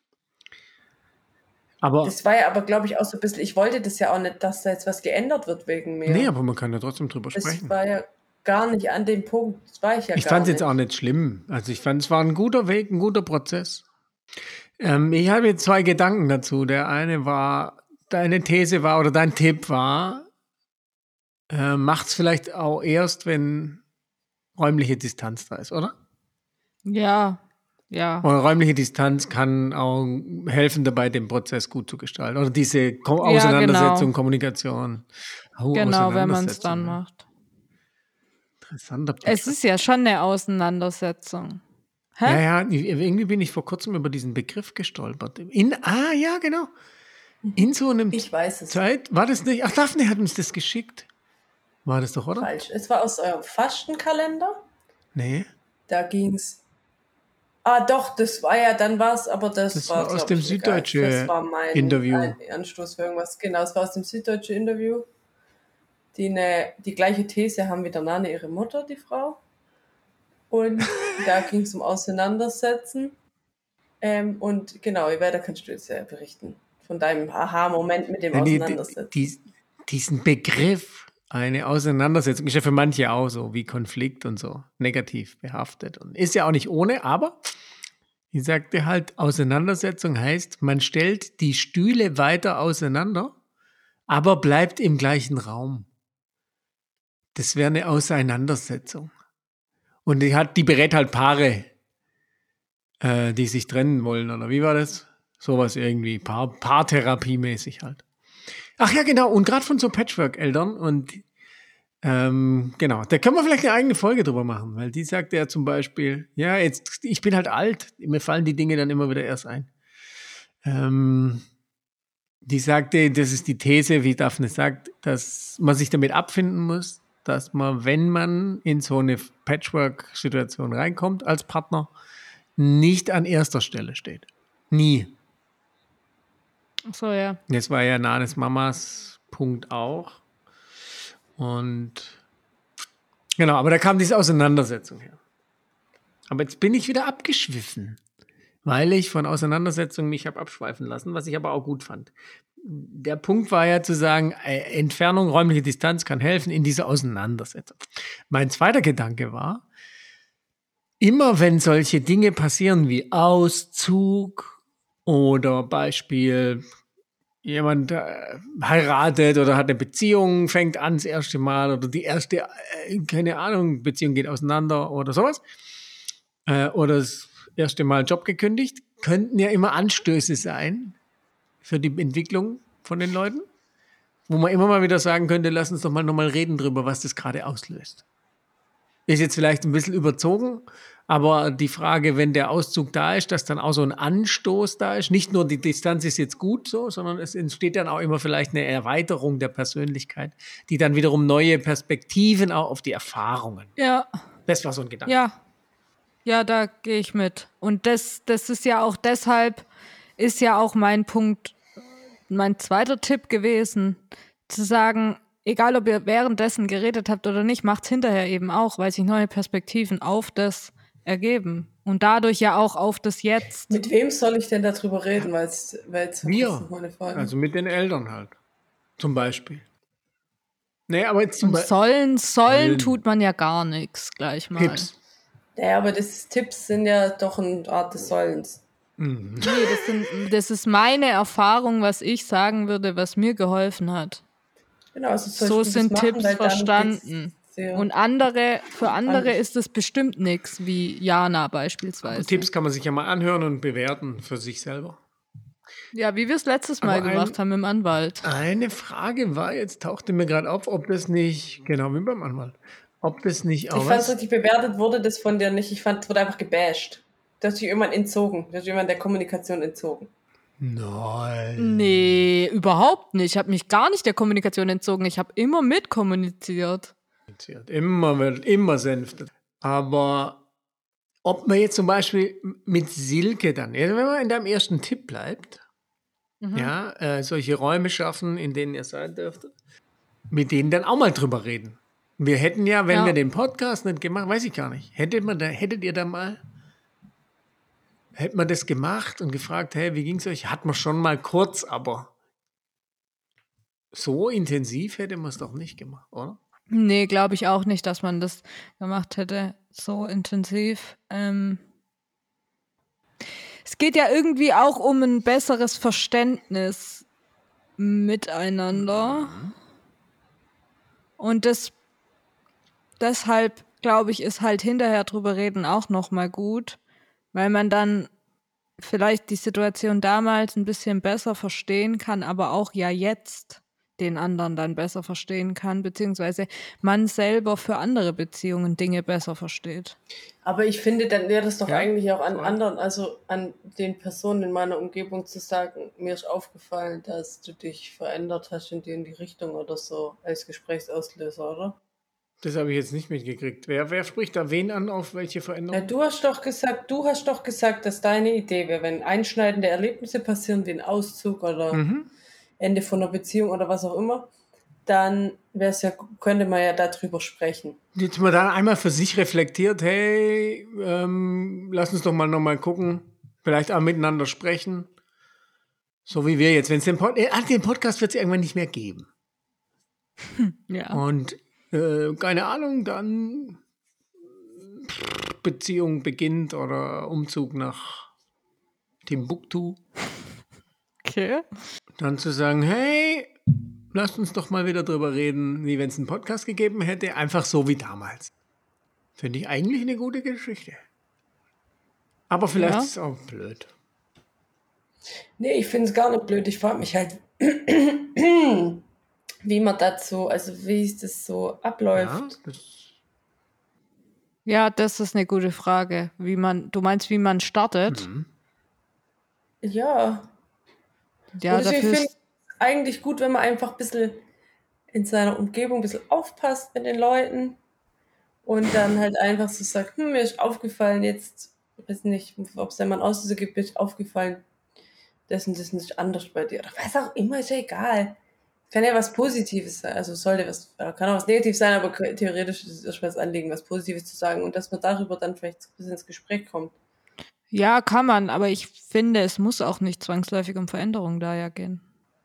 S4: Aber
S3: das war ja aber, glaube ich, auch so ein bisschen, ich wollte das ja auch nicht, dass da jetzt was geändert wird wegen mir.
S4: Nee, aber man kann ja trotzdem drüber sprechen.
S3: Das war ja gar nicht an dem Punkt, das war ich ja gar nicht.
S4: Ich fand es jetzt auch nicht schlimm. Also ich fand, es war ein guter Weg, ein guter Prozess. Ich habe jetzt 2 Gedanken dazu. Der eine war, deine These war, oder dein Tipp war, macht's vielleicht auch erst, wenn räumliche Distanz da ist, oder?
S2: Ja. Ja.
S4: Und räumliche Distanz kann auch helfen dabei, den Prozess gut zu gestalten. Oder diese Auseinandersetzung, Kommunikation.
S2: Genau, wenn man es dann macht.
S4: Interessanter Begriff.
S2: Es ist ja schon eine Auseinandersetzung.
S4: Hä? Ja, irgendwie bin ich vor kurzem über diesen Begriff gestolpert. Ja, genau. In so einem
S3: ich weiß es.
S4: Zeit, war das nicht? Ach, Daphne hat uns das geschickt. War das doch, oder?
S3: Falsch. Es war aus eurem Fastenkalender.
S4: Nee.
S3: Da ging's. Doch, das war ja, dann war es, aber das war
S4: aus dem Süddeutsche Interview.
S3: Ein Anstoß für irgendwas. Genau, es war aus dem Süddeutsche Interview. Die gleiche These haben wie der Nane ihre Mutter, die Frau. Und da ging es um Auseinandersetzen. Und genau, weiter kannst du jetzt berichten von deinem Aha-Moment mit dem
S4: Ja,
S3: Auseinandersetzen.
S4: diesen Begriff, eine Auseinandersetzung, ist ja für manche auch so wie Konflikt und so negativ behaftet und ist ja auch nicht ohne, aber ich sagte halt, Auseinandersetzung heißt, man stellt die Stühle weiter auseinander, aber bleibt im gleichen Raum. Das wäre eine Auseinandersetzung. Und die berät halt Paare, die sich trennen wollen, oder wie war das? Sowas irgendwie, Paartherapie-mäßig halt. Ach ja, genau, und gerade von so Patchwork-Eltern und genau, da können wir vielleicht eine eigene Folge drüber machen, weil die sagt ja zum Beispiel, ja, jetzt, ich bin halt alt, mir fallen die Dinge dann immer wieder erst ein. Die sagte, das ist die These, wie Daphne sagt, dass man sich damit abfinden muss, dass man, wenn man in so eine Patchwork-Situation reinkommt als Partner, nicht an erster Stelle steht. Nie.
S2: Ach so, ja.
S4: Das war ja Nanes Mamas Punkt auch. Und genau, aber da kam diese Auseinandersetzung her. Aber jetzt bin ich wieder abgeschwiffen, weil ich von Auseinandersetzungen mich habe abschweifen lassen, was ich aber auch gut fand. Der Punkt war ja zu sagen, Entfernung, räumliche Distanz kann helfen in dieser Auseinandersetzung. Mein zweiter Gedanke war, immer wenn solche Dinge passieren wie Auszug oder Beispiel, jemand heiratet oder hat eine Beziehung, fängt an das erste Mal oder die erste, keine Ahnung, Beziehung geht auseinander oder sowas, oder das erste Mal Job gekündigt, könnten ja immer Anstöße sein für die Entwicklung von den Leuten, wo man immer mal wieder sagen könnte, lass uns doch mal nochmal reden drüber, was das gerade auslöst. Ist jetzt vielleicht ein bisschen überzogen, aber die Frage, wenn der Auszug da ist, dass dann auch so ein Anstoß da ist, nicht nur die Distanz ist jetzt gut so, sondern es entsteht dann auch immer vielleicht eine Erweiterung der Persönlichkeit, die dann wiederum neue Perspektiven auch auf die Erfahrungen.
S2: Ja.
S4: Das war so ein Gedanke.
S2: Ja, da gehe ich mit. Und das ist ja auch deshalb, ist ja auch mein Punkt, mein zweiter Tipp gewesen, zu sagen, egal ob ihr währenddessen geredet habt oder nicht, macht's hinterher eben auch, weil sich neue Perspektiven auf das ergeben. Und dadurch ja auch auf das Jetzt.
S3: Mit wem soll ich denn darüber reden? Weil jetzt
S4: Wir,
S3: meine Frage.
S4: also mit den Eltern halt, zum Beispiel. Nee, aber jetzt zum
S2: Und
S4: Beispiel.
S2: sollen tut man ja gar nichts gleich mal.
S4: Tipps.
S3: Ja, aber Tipps sind ja doch eine Art des Sollens.
S2: Nee, das ist meine Erfahrung, was ich sagen würde, was mir geholfen hat.
S3: Genau, also
S2: So sind Tipps verstanden. Und für andere ist es bestimmt nichts, wie Jana beispielsweise.
S4: Aber Tipps kann man sich ja mal anhören und bewerten für sich selber.
S2: Ja, wie wir es letztes Mal gemacht haben im Anwalt.
S4: Eine Frage war, jetzt tauchte mir gerade auf, ob das nicht, genau wie beim Anwalt, ob das nicht auch
S3: Ich fand es richtig bewertet, wurde das von dir nicht. Ich fand, es wurde einfach gebasht. Du hast dich irgendwann entzogen. Du hast irgendwann der Kommunikation entzogen.
S4: Nein.
S2: Nee, überhaupt nicht. Ich habe mich gar nicht der Kommunikation entzogen. Ich habe immer mitkommuniziert.
S4: Immer sänftet. Aber ob man jetzt zum Beispiel mit Silke dann, wenn man in deinem ersten Tipp bleibt, ja, solche Räume schaffen, in denen ihr sein dürftet, mit denen dann auch mal drüber reden. Wir hätten ja, wenn wir den Podcast nicht gemacht, weiß ich gar nicht, hättet man das gemacht und gefragt, hey, wie ging es euch? Hat man schon mal kurz, aber so intensiv hätte man es doch nicht gemacht, oder?
S2: Nee, glaube ich auch nicht, dass man das gemacht hätte, so intensiv. Es geht ja irgendwie auch um ein besseres Verständnis miteinander. Und deshalb, glaube ich, ist halt hinterher drüber reden auch nochmal gut, weil man dann vielleicht die Situation damals ein bisschen besser verstehen kann, aber auch ja jetzt den anderen dann besser verstehen kann, beziehungsweise man selber für andere Beziehungen Dinge besser versteht.
S3: Aber ich finde, dann wäre das doch eigentlich auch an anderen, also an den Personen in meiner Umgebung zu sagen, mir ist aufgefallen, dass du dich verändert hast in die Richtung oder so, als Gesprächsauslöser, oder?
S4: Das habe ich jetzt nicht mitgekriegt. Wer spricht da wen an, auf welche Veränderung?
S3: Ja, du hast doch gesagt, dass deine Idee wäre, wenn einschneidende Erlebnisse passieren, wie ein Auszug oder Ende von einer Beziehung oder was auch immer, dann könnte man ja darüber sprechen.
S4: Jetzt mal dann einmal für sich reflektiert, hey, lass uns doch mal nochmal gucken, Vielleicht auch miteinander sprechen. So wie wir jetzt. Den Podcast wird es irgendwann nicht mehr geben.
S2: Ja.
S4: Und keine Ahnung, dann Beziehung beginnt oder Umzug nach Timbuktu.
S2: Okay.
S4: Dann zu sagen, hey, lasst uns doch mal wieder drüber reden, wie wenn es einen Podcast gegeben hätte. Einfach so wie damals. Finde ich eigentlich eine gute Geschichte. Aber vielleicht
S2: Ja.
S4: ist es auch blöd.
S3: Nee, ich finde es gar nicht blöd. Ich frage mich halt, wie man dazu, also wie es das so abläuft.
S2: Ja, das ist eine gute Frage. Du meinst, wie man startet?
S3: Ja.
S2: Ja,
S3: Und deswegen
S2: dafür
S3: finde ich es eigentlich gut, wenn man einfach ein bisschen in seiner Umgebung ein bisschen aufpasst mit den Leuten und dann halt einfach so sagt, mir ist aufgefallen jetzt, weiß nicht, ob es da mal einen Auslöser gibt, mir ist aufgefallen, das und das nicht anders bei dir. Oder was auch immer, ist ja egal. Kann ja was Positives sein, also kann auch was Negatives sein, aber theoretisch ist es erstmal das Anliegen, was Positives zu sagen und dass man darüber dann vielleicht ein bisschen ins Gespräch kommt.
S2: Ja, kann man, aber ich finde, es muss auch nicht zwangsläufig um Veränderung daher gehen.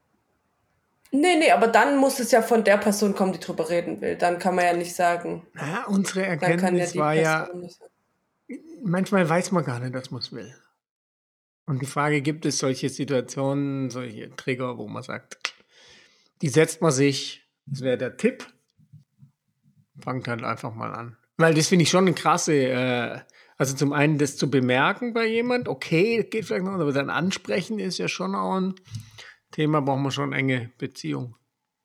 S3: Nee, aber dann muss es ja von der Person kommen, die drüber reden will. Dann kann man ja nicht sagen.
S4: Ja, unsere
S3: Dann kann ja
S4: Erkenntnis
S3: die
S4: war ja,
S3: Person nicht sagen.
S4: manchmal weiß man gar nicht, dass man es will. Und die Frage, gibt es solche Situationen, solche Trigger, wo man sagt, die setzt man sich, das wäre der Tipp, fangt halt einfach mal an. Weil das finde ich schon eine krasse, also zum einen das zu bemerken bei jemand, okay, geht vielleicht noch, aber dann ansprechen ist ja schon auch ein Thema, brauchen wir schon enge Beziehung.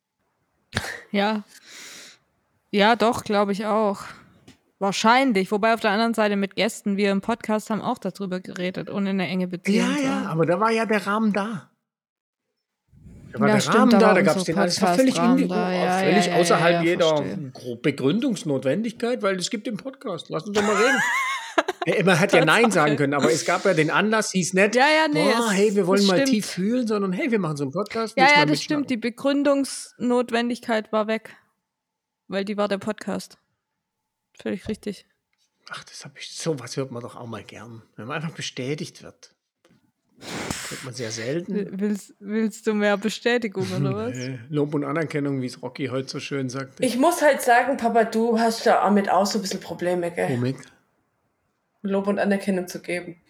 S2: Ja. Ja, doch, glaube ich auch. Wahrscheinlich. Wobei auf der anderen Seite mit Gästen, wir im Podcast haben auch darüber geredet, ohne eine enge Beziehung zu haben.
S4: Aber da war ja der Rahmen da. Da war
S2: Ja,
S4: der
S2: stimmt,
S4: Rahmen
S2: da
S4: da,
S2: war
S4: da gab es
S2: unser
S4: den, das war völlig,
S2: Podcast-Rahmen da. Ja,
S4: völlig
S2: ja,
S4: außerhalb
S2: ja,
S4: jeder
S2: verstehe.
S4: Begründungsnotwendigkeit, weil es gibt den Podcast. Lass uns doch mal reden. Man hat ja Nein sagen können, aber es gab ja den Anlass, hieß nicht, hey, wir wollen mal tief fühlen, sondern hey, wir machen so einen Podcast.
S2: Ja, das stimmt. Die Begründungsnotwendigkeit war weg, weil die war der Podcast. Völlig richtig.
S4: Ach, sowas hört man doch auch mal gern, wenn man einfach bestätigt wird. Das hört man sehr selten.
S2: Willst du mehr Bestätigung oder was?
S4: Lob und Anerkennung, wie es Rocky heute so schön sagte.
S3: Ich muss halt sagen, Papa, du hast da damit auch so ein bisschen Probleme, gell?
S4: Womit?
S3: Lob und Anerkennung zu geben.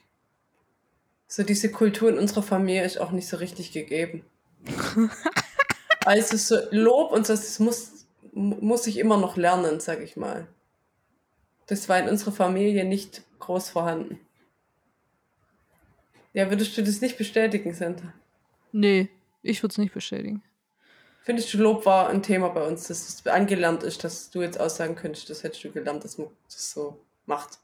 S3: So diese Kultur in unserer Familie ist auch nicht so richtig gegeben. Also so Lob und so, das muss ich immer noch lernen, sag ich mal. Das war in unserer Familie nicht groß vorhanden. Ja, würdest du das nicht bestätigen, Santa?
S2: Nee, ich würde es nicht bestätigen.
S3: Findest du, Lob war ein Thema bei uns, dass es angelernt ist, dass du jetzt aussagen könntest, das hättest du gelernt, dass man das so macht?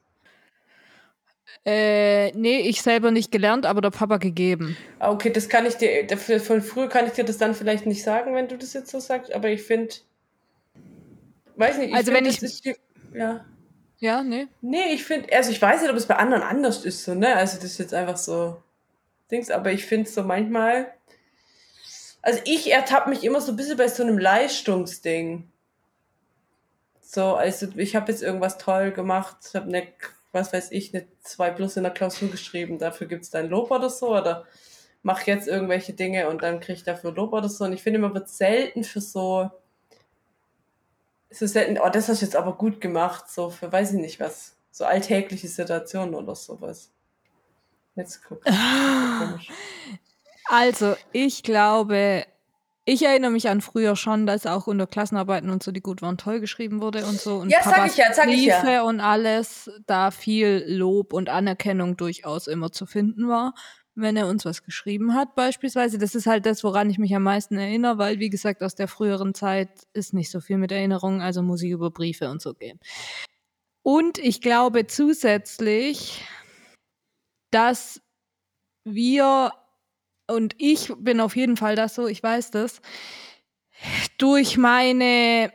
S2: Nee, ich selber nicht gelernt, aber der Papa gegeben.
S3: Okay, das kann ich dir, von früher kann ich dir das dann vielleicht nicht sagen, wenn du das jetzt so sagst, aber ich finde, weiß nicht, ja.
S2: Ja, nee.
S3: Nee, ich finde, also ich weiß nicht, ob es bei anderen anders ist, so, ne, also das ist jetzt einfach so Dings, aber ich finde so manchmal, also ich ertappe mich immer so ein bisschen bei so einem Leistungsding. So, also ich habe jetzt irgendwas toll gemacht, ich habe eine 2+ in der Klausur geschrieben, dafür gibt es dann Lob oder so, oder mach jetzt irgendwelche Dinge und dann kriege ich dafür Lob oder so. Und ich finde, man wird selten für so selten, das hast du jetzt aber gut gemacht, so für weiß ich nicht was, so alltägliche Situationen oder sowas. Jetzt guck. Komisch.
S2: Also, ich glaube, ich erinnere mich an früher schon, dass auch unter Klassenarbeiten und so, die gut waren, toll geschrieben wurde und so. Und
S3: Ja,
S2: Papas
S3: sag ich ja.
S2: Briefe und alles, da viel Lob und Anerkennung durchaus immer zu finden war, wenn er uns was geschrieben hat beispielsweise. Das ist halt das, woran ich mich am meisten erinnere, weil, wie gesagt, aus der früheren Zeit ist nicht so viel mit Erinnerungen, also muss ich über Briefe und so gehen. Und ich glaube zusätzlich, dass wir, und ich bin auf jeden Fall das so, ich weiß das, durch meine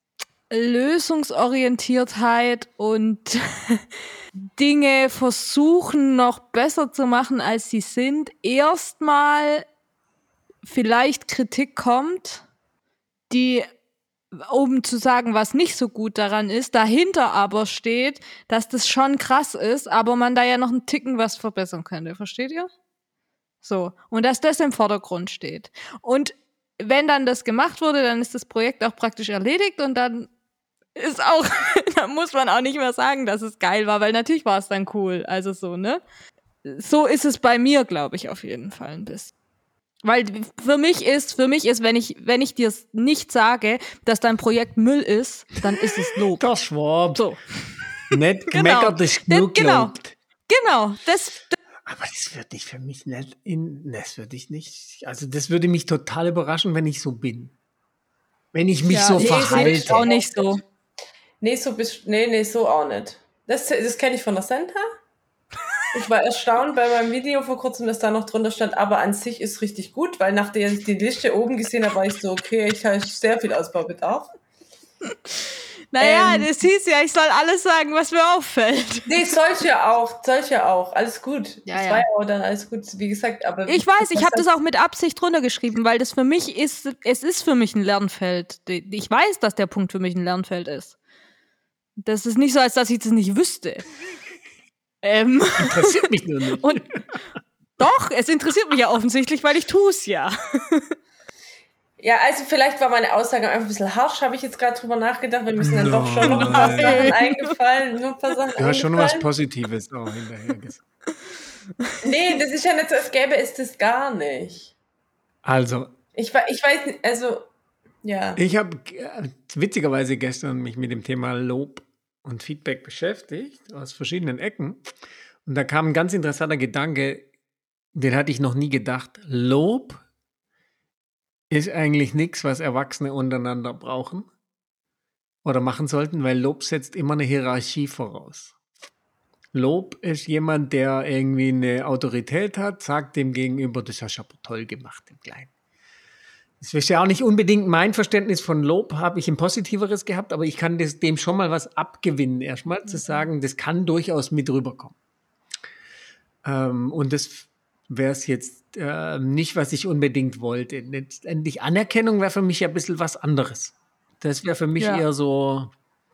S2: Lösungsorientiertheit und Dinge versuchen noch besser zu machen, als sie sind, erstmal vielleicht Kritik kommt, die um zu sagen, was nicht so gut daran ist, dahinter aber steht, dass das schon krass ist, aber man da ja noch einen Ticken was verbessern könnte. Versteht ihr? So. Und dass das im Vordergrund steht. Und wenn dann das gemacht wurde, dann ist das Projekt auch praktisch erledigt und dann ist auch, da muss man auch nicht mehr sagen, dass es geil war, weil natürlich war es dann cool. Also so, ne? So ist es bei mir, glaube ich, auf jeden Fall ein bisschen. Weil für mich ist, wenn ich dir nicht sage, dass dein Projekt Müll ist, dann ist es Lob.
S4: Der Schwab.
S2: So.
S4: Nicht gemeckert ist genug gelobt.
S2: Genau.
S4: Aber das würde ich für mich das würde ich nicht, also das würde mich total überraschen, wenn ich so bin. Wenn ich mich so verhalte.
S2: Auch nicht so.
S3: Nee, so auch nicht. Das kenne ich von der Senta. Ich war erstaunt bei meinem Video vor kurzem, dass da noch drunter stand, aber an sich ist richtig gut, weil nachdem ich die Liste oben gesehen habe, war ich so, okay, ich habe sehr viel Ausbaubedarf.
S2: Naja, das hieß ja, ich soll alles sagen, was mir auffällt.
S3: Nee, solche auch. Alles gut.
S2: Ja,
S3: das war ja auch dann alles gut, wie gesagt. Aber
S2: ich weiß, ich habe das auch mit Absicht runtergeschrieben, weil das für mich ist, es ist für mich ein Lernfeld. Ich weiß, dass der Punkt für mich ein Lernfeld ist. Das ist nicht so, als dass ich das nicht wüsste.
S4: Interessiert mich nur nicht.
S2: Und doch, es interessiert mich ja offensichtlich, weil ich tue es ja.
S3: Ja, also vielleicht war meine Aussage einfach ein bisschen harsch, habe ich jetzt gerade drüber nachgedacht. Wir müssen dann doch schon noch ein paar Sachen eingefallen.
S4: Du hast schon noch was Positives auch hinterher gesagt.
S3: Nee, das ist ja nicht so, als gäbe es das gar nicht.
S4: Also.
S3: Ich weiß nicht, also, ja.
S4: Ich habe witzigerweise gestern mich mit dem Thema Lob und Feedback beschäftigt, aus verschiedenen Ecken. Und da kam ein ganz interessanter Gedanke, den hatte ich noch nie gedacht. Lob ist eigentlich nichts, was Erwachsene untereinander brauchen oder machen sollten, weil Lob setzt immer eine Hierarchie voraus. Lob ist jemand, der irgendwie eine Autorität hat, sagt dem Gegenüber, das hast du aber toll gemacht im Kleinen. Das ist ja auch nicht unbedingt mein Verständnis von Lob, habe ich ein positiveres gehabt, aber ich kann dem schon mal was abgewinnen, erstmal zu sagen, das kann durchaus mit rüberkommen. Und das wäre es jetzt nicht, was ich unbedingt wollte. Letztendlich Anerkennung wäre für mich ja ein bisschen was anderes. Das wäre für mich eher so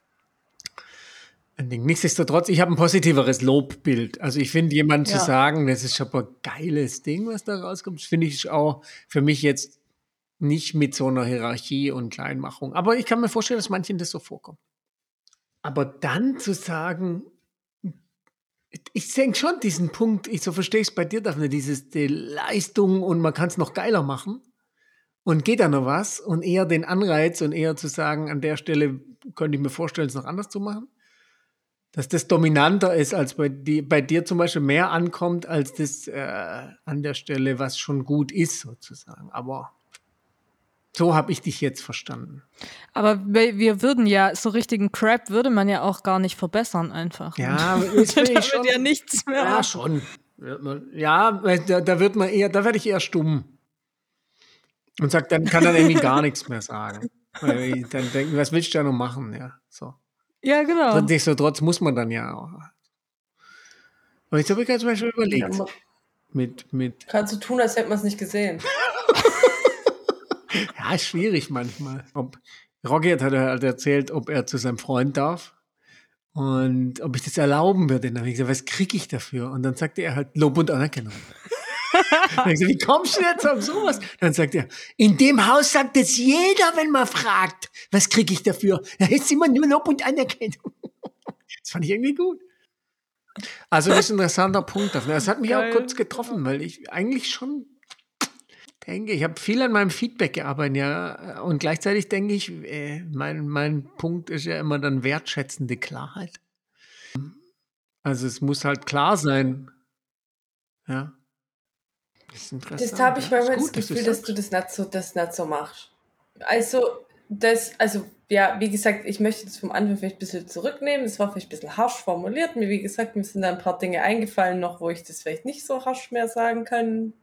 S4: ein Ding. Nichtsdestotrotz, ich habe ein positiveres Lobbild. Also ich finde, jemand zu sagen, das ist schon ein geiles Ding, was da rauskommt, finde ich auch für mich jetzt nicht mit so einer Hierarchie und Kleinmachung. Aber ich kann mir vorstellen, dass manchen das so vorkommt. Aber dann zu sagen, ich denke schon diesen Punkt, so verstehe ich es bei dir, Daphne, die Leistung und man kann es noch geiler machen und geht da noch was und eher den Anreiz und eher zu sagen, an der Stelle könnte ich mir vorstellen, es noch anders zu machen, dass das dominanter ist, als bei dir zum Beispiel mehr ankommt, als das an der Stelle, was schon gut ist sozusagen, aber so habe ich dich jetzt verstanden.
S2: Aber wir würden ja, so richtigen Crap würde man ja auch gar nicht verbessern einfach.
S4: Ja, ist da
S2: wird ja nichts mehr.
S4: Ja, schon. Ja, da werde ich eher stumm. Und sagt, dann kann er irgendwie gar nichts mehr sagen. Weil dann denken, was willst du da noch machen? Ja, so.
S2: Ja, genau.
S4: Nichtsdestotrotz muss man dann ja auch. Aber jetzt habe ich zum Beispiel überlegt.
S3: Kannst du tun, als hätte man es nicht gesehen.
S4: Ja, ist schwierig manchmal. Rocky hat halt erzählt, ob er zu seinem Freund darf und ob ich das erlauben würde. Dann habe ich gesagt, was kriege ich dafür? Und dann sagte er halt Lob und Anerkennung. Dann habe ich gesagt, wie kommst du jetzt auf sowas? Dann sagt er, in dem Haus sagt es jeder, wenn man fragt, was kriege ich dafür? Da ist immer nur Lob und Anerkennung. Das fand ich irgendwie gut. Also das ist ein interessanter Punkt. Das hat mich auch kurz getroffen, weil ich eigentlich schon denke, ich habe viel an meinem Feedback gearbeitet, ja, und gleichzeitig denke ich, mein Punkt ist ja immer dann wertschätzende Klarheit. Also es muss halt klar sein. Ja. Das ist interessant.
S3: Das habe ich manchmal das Gefühl, dass du das nicht so machst. Also, ja, wie gesagt, ich möchte das vom Anfang vielleicht ein bisschen zurücknehmen. Das war vielleicht ein bisschen harsch formuliert. Mir, wie gesagt, mir sind da ein paar Dinge eingefallen noch, wo ich das vielleicht nicht so harsch mehr sagen kann.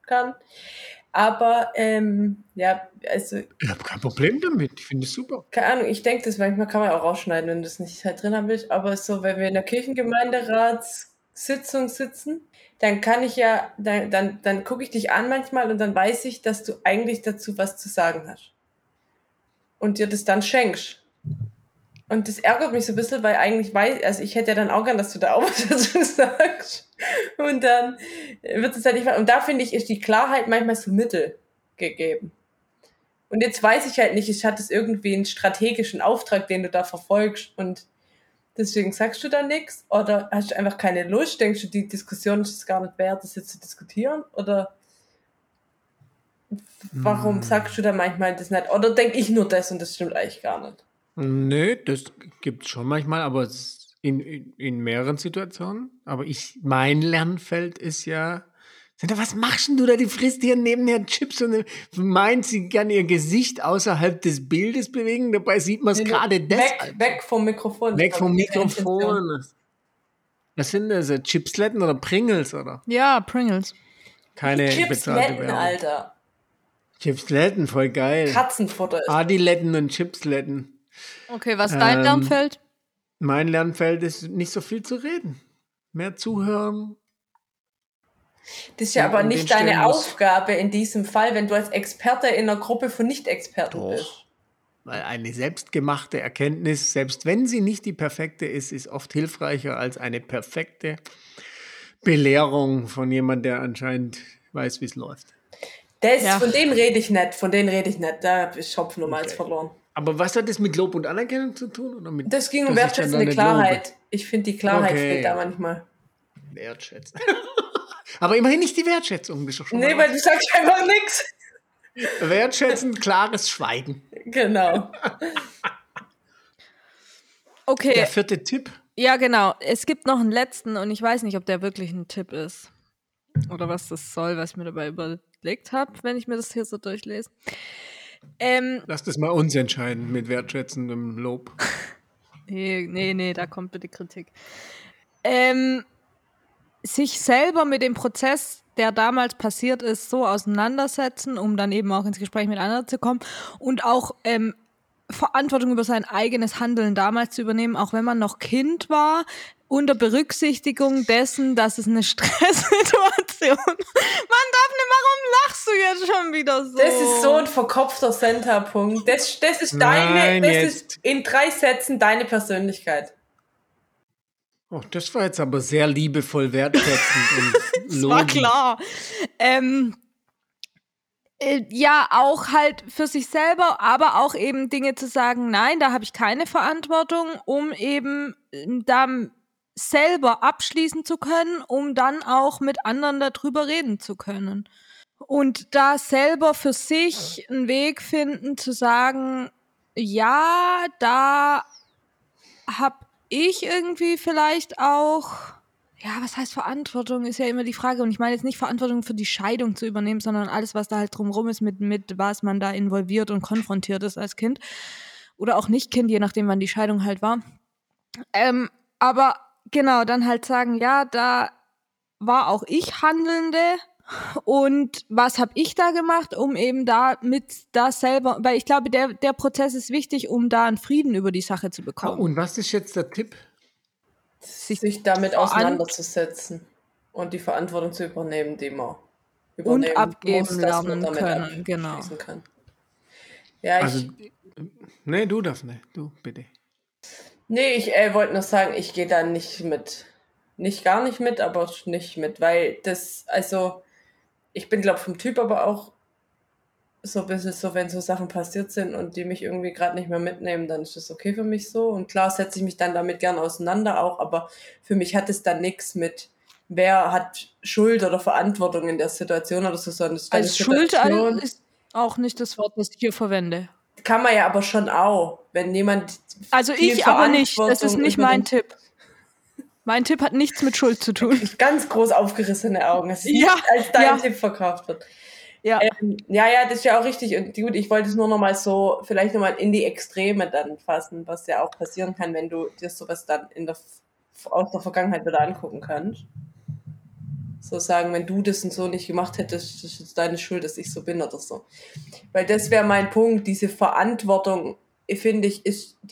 S3: Aber, ja, also...
S4: Ich habe kein Problem damit, ich finde es super.
S3: Keine Ahnung, ich denke, das manchmal kann man auch rausschneiden, wenn du das nicht halt drin haben willst, aber so, wenn wir in der Kirchengemeinderatssitzung sitzen, dann kann ich ja, dann gucke ich dich an manchmal und dann weiß ich, dass du eigentlich dazu was zu sagen hast. und dir das dann schenkst. Und das ärgert mich so ein bisschen, weil eigentlich ich hätte ja dann auch gern, dass du da auch was dazu sagst. Und dann wird es halt nicht, und da finde ich, ist die Klarheit manchmal so mittel gegeben. Und jetzt weiß ich halt nicht, hat es irgendwie einen strategischen Auftrag, den du da verfolgst und deswegen sagst du da nichts? Oder hast du einfach keine Lust? Denkst du, die Diskussion ist es gar nicht wert, das jetzt zu diskutieren? Oder warum sagst du da manchmal das nicht? Oder denke ich nur das und das stimmt eigentlich gar nicht?
S4: Nö, das gibt es schon manchmal, aber in mehreren Situationen. Aber mein Lernfeld ist ja, Sandra, was machst denn du da? Die frisst hier nebenher Chips und meint, sie kann ihr Gesicht außerhalb des Bildes bewegen. Dabei sieht man es gerade deshalb.
S3: Weg vom Mikrofon.
S4: Weg vom Mikrofon. Was sind das? Chipsletten oder Pringles, oder?
S2: Ja, Pringles.
S4: Keine bezahlte Werbung.
S3: Alter.
S4: Chipsletten, voll geil.
S3: Katzenfutter ist
S4: Adiletten und Chipsletten.
S2: Okay, was ist dein Lernfeld?
S4: Mein Lernfeld ist, nicht so viel zu reden. Mehr zuhören.
S3: Das ist ja aber nicht deine Aufgabe in diesem Fall, wenn du als Experte in einer Gruppe von Nicht-Experten bist.
S4: Weil eine selbstgemachte Erkenntnis, selbst wenn sie nicht die perfekte ist oft hilfreicher als eine perfekte Belehrung von jemandem, der anscheinend weiß, wie es läuft.
S3: Von denen rede ich nicht. Da ist Schopf nochmals verloren.
S4: Aber was hat das mit Lob und Anerkennung zu tun? Oder mit,
S3: das ging um wertschätzende Klarheit. Ich finde, die Klarheit fehlt da manchmal.
S4: Wertschätzen. Aber immerhin nicht die Wertschätzung. Bist du schon
S3: weil du sagst einfach nichts.
S4: Wertschätzen, klares Schweigen.
S3: Genau.
S2: Okay.
S4: Der 4. Tipp.
S2: Ja, genau. Es gibt noch einen letzten und ich weiß nicht, ob der wirklich ein Tipp ist. Oder was das soll, was ich mir dabei überlegt habe, wenn ich mir das hier so durchlese.
S4: Lass das mal uns entscheiden mit wertschätzendem Lob.
S2: Nee, da kommt bitte Kritik. Sich selber mit dem Prozess, der damals passiert ist, so auseinandersetzen, um dann eben auch ins Gespräch mit anderen zu kommen und auch Verantwortung über sein eigenes Handeln damals zu übernehmen, auch wenn man noch Kind war, unter Berücksichtigung dessen, dass es eine Stresssituation. Mann, Daphne, warum lachst du jetzt schon wieder so?
S3: Das ist so ein verkopfter Center-Punkt. Das ist in 3 Sätzen deine Persönlichkeit.
S4: Oh, das war jetzt aber sehr liebevoll wertschätzend und
S2: das war klar. Ja, auch halt für sich selber, aber auch eben Dinge zu sagen, nein, da habe ich keine Verantwortung, um eben da selber abschließen zu können, um dann auch mit anderen darüber reden zu können. Und da selber für sich einen Weg finden, zu sagen, ja, da habe ich irgendwie vielleicht auch, ja, was heißt Verantwortung, ist ja immer die Frage. Und ich meine jetzt nicht Verantwortung für die Scheidung zu übernehmen, sondern alles, was da halt drumherum ist, mit was man da involviert und konfrontiert ist als Kind. Oder auch nicht Kind, je nachdem, wann die Scheidung halt war. Aber genau, dann halt sagen, ja, da war auch ich Handelnde. Und was habe ich da gemacht, um eben da selber, weil ich glaube, der Prozess ist wichtig, um da einen Frieden über die Sache zu bekommen.
S4: Und was ist jetzt der Tipp?
S3: Sich damit auseinanderzusetzen und die Verantwortung zu übernehmen, die man übernehmen
S2: und abgeben
S3: muss,
S2: lernen können, genau.
S3: Kann. Ja,
S4: nee, du darfst nicht, du bitte.
S3: Nee, ich wollte nur sagen, ich gehe da nicht mit. Nicht gar nicht mit, aber nicht mit, weil das, also ich bin, glaube ich, vom Typ aber auch so ein bisschen so, wenn so Sachen passiert sind und die mich irgendwie gerade nicht mehr mitnehmen, dann ist das okay für mich so. Und klar setze ich mich dann damit gern auseinander auch, aber für mich hat es dann nichts mit, wer hat Schuld oder Verantwortung in der Situation oder so, sondern es ist eine
S2: Situation. Schuld ist auch nicht das Wort, das ich hier verwende.
S3: Kann man ja aber schon auch, wenn jemand.
S2: Also ich aber nicht, das ist nicht mein Tipp. Mein Tipp hat nichts mit Schuld zu tun.
S3: Ganz groß aufgerissene Augen, dass es nicht als dein Tipp verkauft wird. Ja. Das ist ja auch richtig. Und gut, ich wollte es nur nochmal so, vielleicht nochmal in die Extreme dann fassen, was ja auch passieren kann, wenn du dir sowas dann aus der Vergangenheit wieder angucken kannst. So sagen, wenn du das und so nicht gemacht hättest, das ist deine Schuld, dass ich so bin oder so. Weil das wäre mein Punkt, diese Verantwortung, finde ich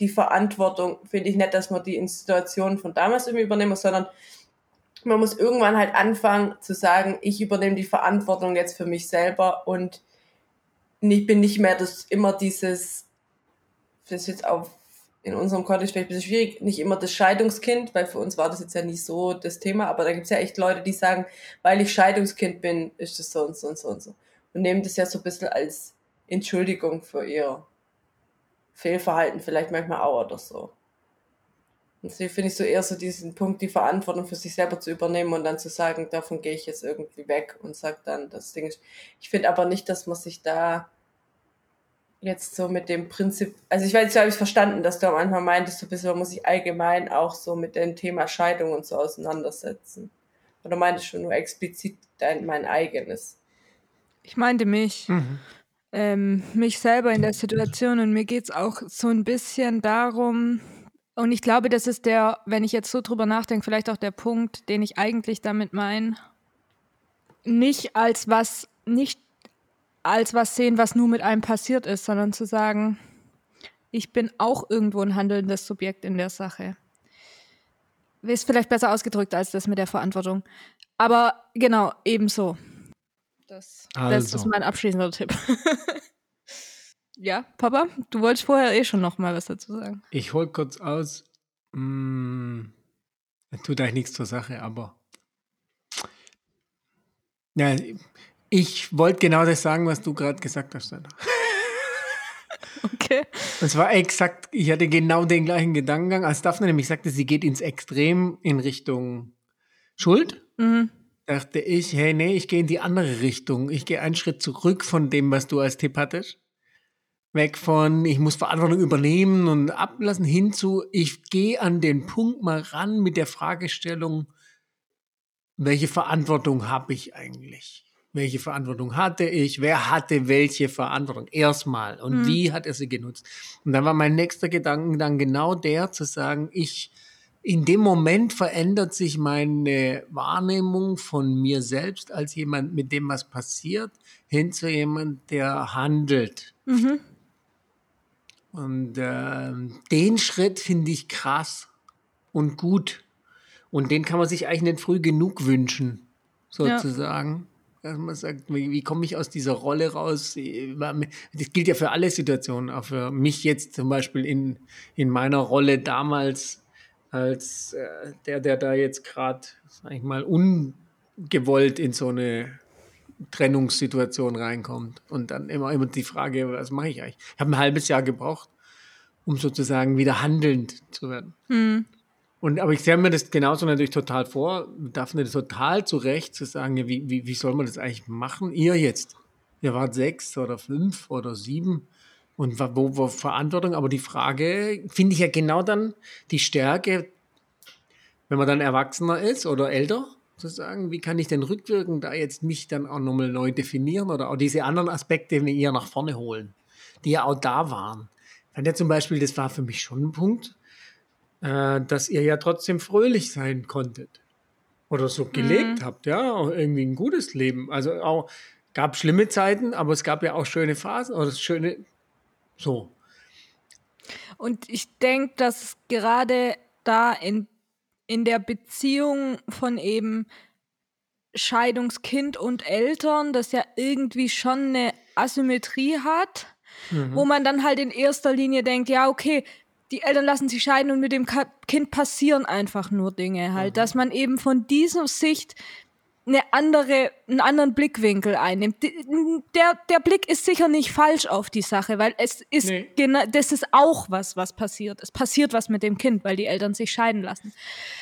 S3: nicht, dass man die in Situationen von damals irgendwie übernehmen muss, sondern man muss irgendwann halt anfangen zu sagen, ich übernehme die Verantwortung jetzt für mich selber und ich bin nicht mehr immer dieses das ist jetzt auch in unserem Kontext vielleicht ein bisschen schwierig, nicht immer das Scheidungskind, weil für uns war das jetzt ja nicht so das Thema, aber da gibt es ja echt Leute, die sagen, weil ich Scheidungskind bin, ist das so und so und so und so. Und nehmen das ja so ein bisschen als Entschuldigung für ihr Fehlverhalten vielleicht manchmal auch oder so. Und deswegen finde ich so eher so diesen Punkt, die Verantwortung für sich selber zu übernehmen und dann zu sagen, davon gehe ich jetzt irgendwie weg und sage dann, das Ding ist. Ich finde aber nicht, dass man sich da jetzt so mit dem Prinzip, also ich weiß, jetzt habe ich verstanden, dass du am Anfang meintest, so ein bisschen, man muss sich allgemein auch so mit dem Thema Scheidung und so auseinandersetzen. Oder meintest du nur explizit mein eigenes?
S2: Ich meinte mich. Mich selber in der Situation, und mir geht es auch so ein bisschen darum, und ich glaube, das ist wenn ich jetzt so drüber nachdenke, vielleicht auch der Punkt, den ich eigentlich damit meine, nicht als was sehen, was nur mit einem passiert ist, sondern zu sagen, ich bin auch irgendwo ein handelndes Subjekt in der Sache. Ist vielleicht besser ausgedrückt als das mit der Verantwortung. Aber genau, ebenso. Das ist mein abschließender Tipp. Ja, Papa, du wolltest vorher schon noch mal was dazu sagen.
S4: Ich hol kurz aus. Tut eigentlich nichts zur Sache, aber ja, ich wollte genau das sagen, was du gerade gesagt hast.
S2: Okay.
S4: Und zwar exakt, ich hatte genau den gleichen Gedankengang, als Daphne nämlich sagte, sie geht ins Extrem in Richtung Schuld. Dachte ich, hey, nee, ich gehe in die andere Richtung. Ich gehe einen Schritt zurück von dem, was du als Tipp hattest. Weg von, ich muss Verantwortung übernehmen und ablassen, hin zu, ich gehe an den Punkt mal ran mit der Fragestellung, welche Verantwortung habe ich eigentlich? Welche Verantwortung hatte ich? Wer hatte welche Verantwortung? Erstmal. Und wie hat er sie genutzt? Und dann war mein nächster Gedanke dann genau der, zu sagen, in dem Moment verändert sich meine Wahrnehmung von mir selbst als jemand, mit dem was passiert, hin zu jemand, der handelt. Und den Schritt finde ich krass und gut. Und den kann man sich eigentlich nicht früh genug wünschen, sozusagen. Dass man sagt, wie komme ich aus dieser Rolle raus? Das gilt ja für alle Situationen, auch für mich jetzt zum Beispiel in meiner Rolle damals als der da jetzt gerade, sag ich mal, ungewollt in so eine Trennungssituation reinkommt. Und dann immer die Frage, was mache ich eigentlich? Ich habe ein halbes Jahr gebraucht, um sozusagen wieder handelnd zu werden. Aber ich stelle mir das genauso natürlich total vor, Daphne total zurecht zu sagen, ja, wie soll man das eigentlich machen? Ihr jetzt, ihr wart 6 oder 5 oder 7 und wo Verantwortung, aber die Frage finde ich ja genau dann die Stärke, wenn man dann Erwachsener ist oder älter, zu sagen, wie kann ich denn rückwirkend da jetzt mich dann auch nochmal neu definieren oder auch diese anderen Aspekte eher nach vorne holen, die ja auch da waren. Ich fand ja zum Beispiel, das war für mich schon ein Punkt, dass ihr ja trotzdem fröhlich sein konntet oder so gelebt habt, ja, auch irgendwie ein gutes Leben. Also auch gab schlimme Zeiten, aber es gab ja auch schöne Phasen oder schöne, so.
S2: Und ich denke, dass gerade da in der Beziehung von eben Scheidungskind und Eltern, das ja irgendwie schon eine Asymmetrie hat, wo man dann halt in erster Linie denkt, ja, okay, die Eltern lassen sich scheiden und mit dem Kind passieren einfach nur Dinge halt, dass man eben von dieser Sicht einen anderen Blickwinkel einnimmt. Der Blick ist sicher nicht falsch auf die Sache, weil es ist das ist auch was passiert. Es passiert was mit dem Kind, weil die Eltern sich scheiden lassen.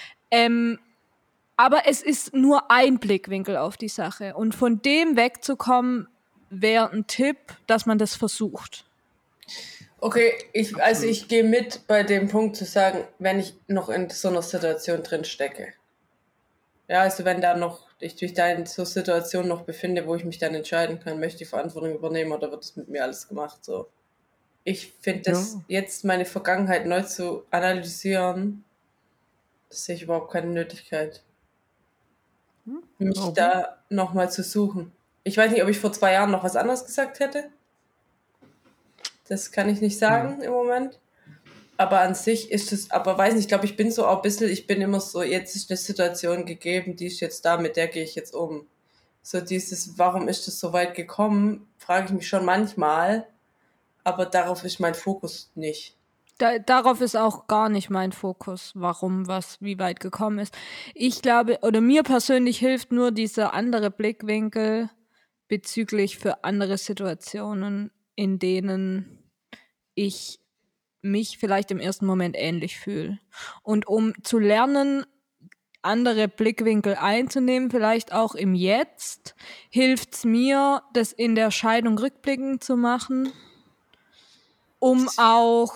S2: Aber es ist nur ein Blickwinkel auf die Sache. Und von dem wegzukommen, wäre ein Tipp, dass man das versucht.
S3: Okay, ich gehe mit bei dem Punkt zu sagen, wenn ich noch in so einer Situation drin stecke. Ja, also wenn da noch ich mich da in so Situation noch befinde, wo ich mich dann entscheiden kann, möchte ich Verantwortung übernehmen oder wird es mit mir alles gemacht, so. Ich finde das jetzt meine Vergangenheit neu zu analysieren, das sehe ich überhaupt keine Nötigkeit, mich da nochmal zu suchen. Ich weiß nicht, ob ich vor 2 Jahren noch was anderes gesagt hätte. Das kann ich nicht sagen im Moment. Aber an sich ist es, aber weiß nicht, ich glaube, ich bin so auch ein bisschen, ich bin immer so, jetzt ist eine Situation gegeben, die ist jetzt da, mit der gehe ich jetzt um. So dieses, warum ist das so weit gekommen, frage ich mich schon manchmal, aber darauf ist mein Fokus nicht.
S2: Darauf ist auch gar nicht mein Fokus, warum was wie weit gekommen ist. Ich glaube, oder mir persönlich hilft nur dieser andere Blickwinkel bezüglich für andere Situationen, in denen ich mich vielleicht im ersten Moment ähnlich fühle. Und um zu lernen, andere Blickwinkel einzunehmen, vielleicht auch im Jetzt, hilft es mir, das in der Scheidung rückblickend zu machen, um auch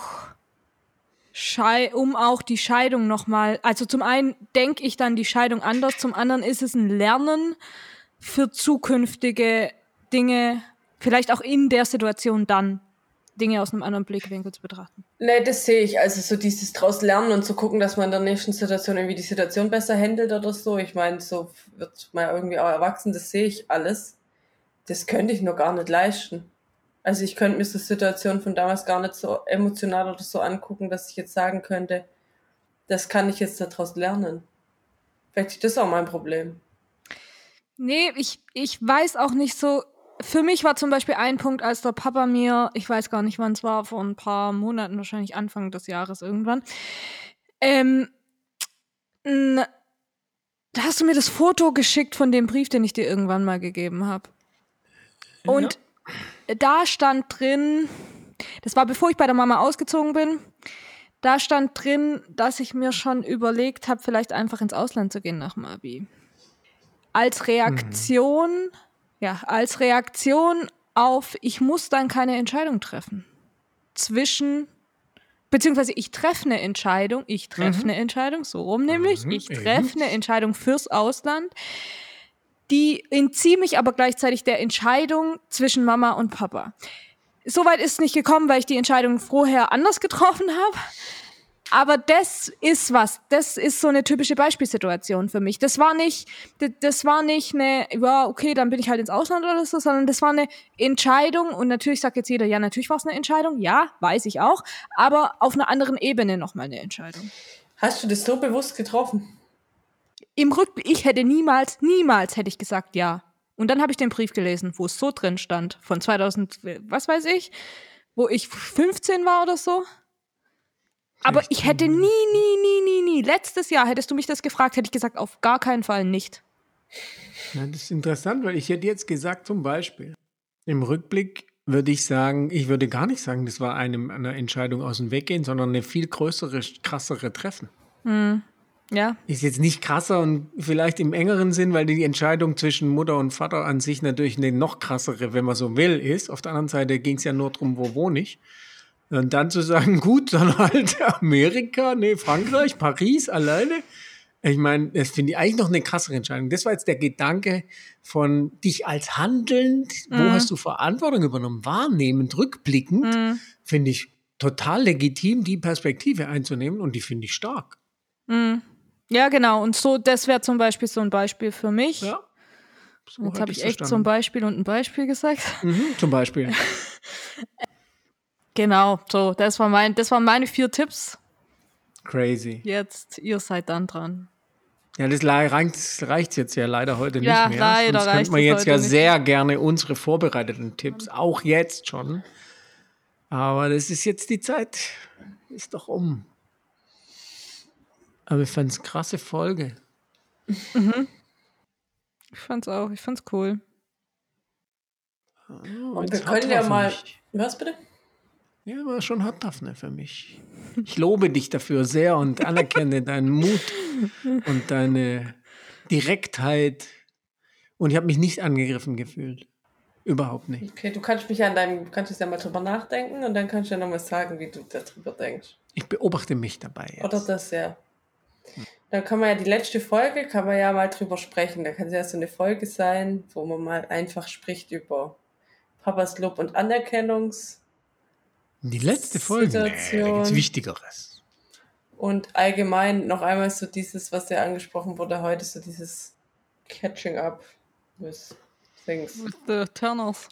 S2: die Scheidung nochmal, also zum einen denke ich dann die Scheidung anders, zum anderen ist es ein Lernen für zukünftige Dinge, vielleicht auch in der Situation dann Dinge aus einem anderen Blickwinkel zu betrachten.
S3: Nee, das sehe ich. Also so dieses draus lernen und zu gucken, dass man in der nächsten Situation irgendwie die Situation besser handelt oder so. Ich meine, so wird man ja irgendwie auch erwachsen, das sehe ich alles. Das könnte ich nur gar nicht leisten. Also ich könnte mir so Situationen von damals gar nicht so emotional oder so angucken, dass ich jetzt sagen könnte, das kann ich jetzt daraus lernen. Vielleicht ist das auch mein Problem.
S2: Nee, ich weiß auch nicht so. Für mich war zum Beispiel ein Punkt, als der Papa mir, ich weiß gar nicht, wann es war, vor ein paar Monaten, wahrscheinlich Anfang des Jahres irgendwann, da hast du mir das Foto geschickt von dem Brief, den ich dir irgendwann mal gegeben habe. Und da stand drin, das war bevor ich bei der Mama ausgezogen bin, da stand drin, dass ich mir schon überlegt habe, vielleicht einfach ins Ausland zu gehen nach dem Abi. Als Reaktion auf, ich muss dann keine Entscheidung treffen. Beziehungsweise ich treffe eine Entscheidung, so rum nämlich, ich treffe eine Entscheidung fürs Ausland, die entziehe mich aber gleichzeitig der Entscheidung zwischen Mama und Papa. Soweit ist es nicht gekommen, weil ich die Entscheidung vorher anders getroffen habe. Aber das ist so eine typische Beispielsituation für mich. Das war nicht eine, ja, okay, dann bin ich halt ins Ausland oder so, sondern das war eine Entscheidung. Und natürlich sagt jetzt jeder, ja, natürlich war es eine Entscheidung. Ja, weiß ich auch. Aber auf einer anderen Ebene nochmal eine Entscheidung.
S3: Hast du das so bewusst getroffen?
S2: Im Rückblick, ich hätte niemals hätte ich gesagt, ja. Und dann habe ich den Brief gelesen, wo es so drin stand, von 2000, was weiß ich, wo ich 15 war oder so. Aber ich hätte nie, letztes Jahr hättest du mich das gefragt, hätte ich gesagt, auf gar keinen Fall nicht.
S4: Ja, das ist interessant, weil ich hätte jetzt gesagt, zum Beispiel, im Rückblick würde ich sagen, ich würde gar nicht sagen, das war eine Entscheidung aus dem Weggehen, sondern eine viel größere, krassere Treffen.
S2: Ja.
S4: Ist jetzt nicht krasser und vielleicht im engeren Sinn, weil die Entscheidung zwischen Mutter und Vater an sich natürlich eine noch krassere, wenn man so will, ist. Auf der anderen Seite ging es ja nur darum, wo wohne ich. Und dann zu sagen, gut, dann halt Amerika, Frankreich, Paris alleine. Ich meine, das finde ich eigentlich noch eine krassere Entscheidung. Das war jetzt der Gedanke von dich als handelnd, wo hast du Verantwortung übernommen, wahrnehmend, rückblickend, finde ich total legitim, die Perspektive einzunehmen und die finde ich stark.
S2: Ja, genau. Und so, das wäre zum Beispiel so ein Beispiel für mich.
S4: Ja. So
S2: jetzt habe ich echt zum Beispiel und ein Beispiel gesagt.
S4: Zum Beispiel.
S2: Genau, so, das waren meine 4 Tipps.
S4: Crazy.
S2: Jetzt, ihr seid dann dran.
S4: Ja, das reicht jetzt ja leider heute nicht mehr.
S2: Leider
S4: sonst könnte man jetzt ja sehr gerne unsere vorbereiteten Tipps, auch jetzt schon. Aber das ist jetzt die Zeit. Ist doch um. Aber ich fand es eine krasse Folge.
S2: Ich fand's auch. Ich fand's cool.
S3: Und wir können ja mal... Was bitte?
S4: Ja, war schon hart, Daphne, für mich. Ich lobe dich dafür sehr und anerkenne deinen Mut und deine Direktheit. Und ich habe mich nicht angegriffen gefühlt. Überhaupt nicht.
S3: Okay, du kannst jetzt ja mal drüber nachdenken und dann kannst du ja nochmal sagen, wie du darüber denkst.
S4: Ich beobachte mich dabei jetzt.
S3: Oder das, ja. Dann kann man ja die letzte Folge, mal drüber sprechen. Da kann es ja so eine Folge sein, wo man mal einfach spricht über Papas Lob und Anerkennungs.
S4: Die letzte Folge? Da gibt's Wichtigeres.
S3: Und allgemein noch einmal so dieses, was ja angesprochen wurde heute, so dieses Catching Up with things.
S2: With the Turners.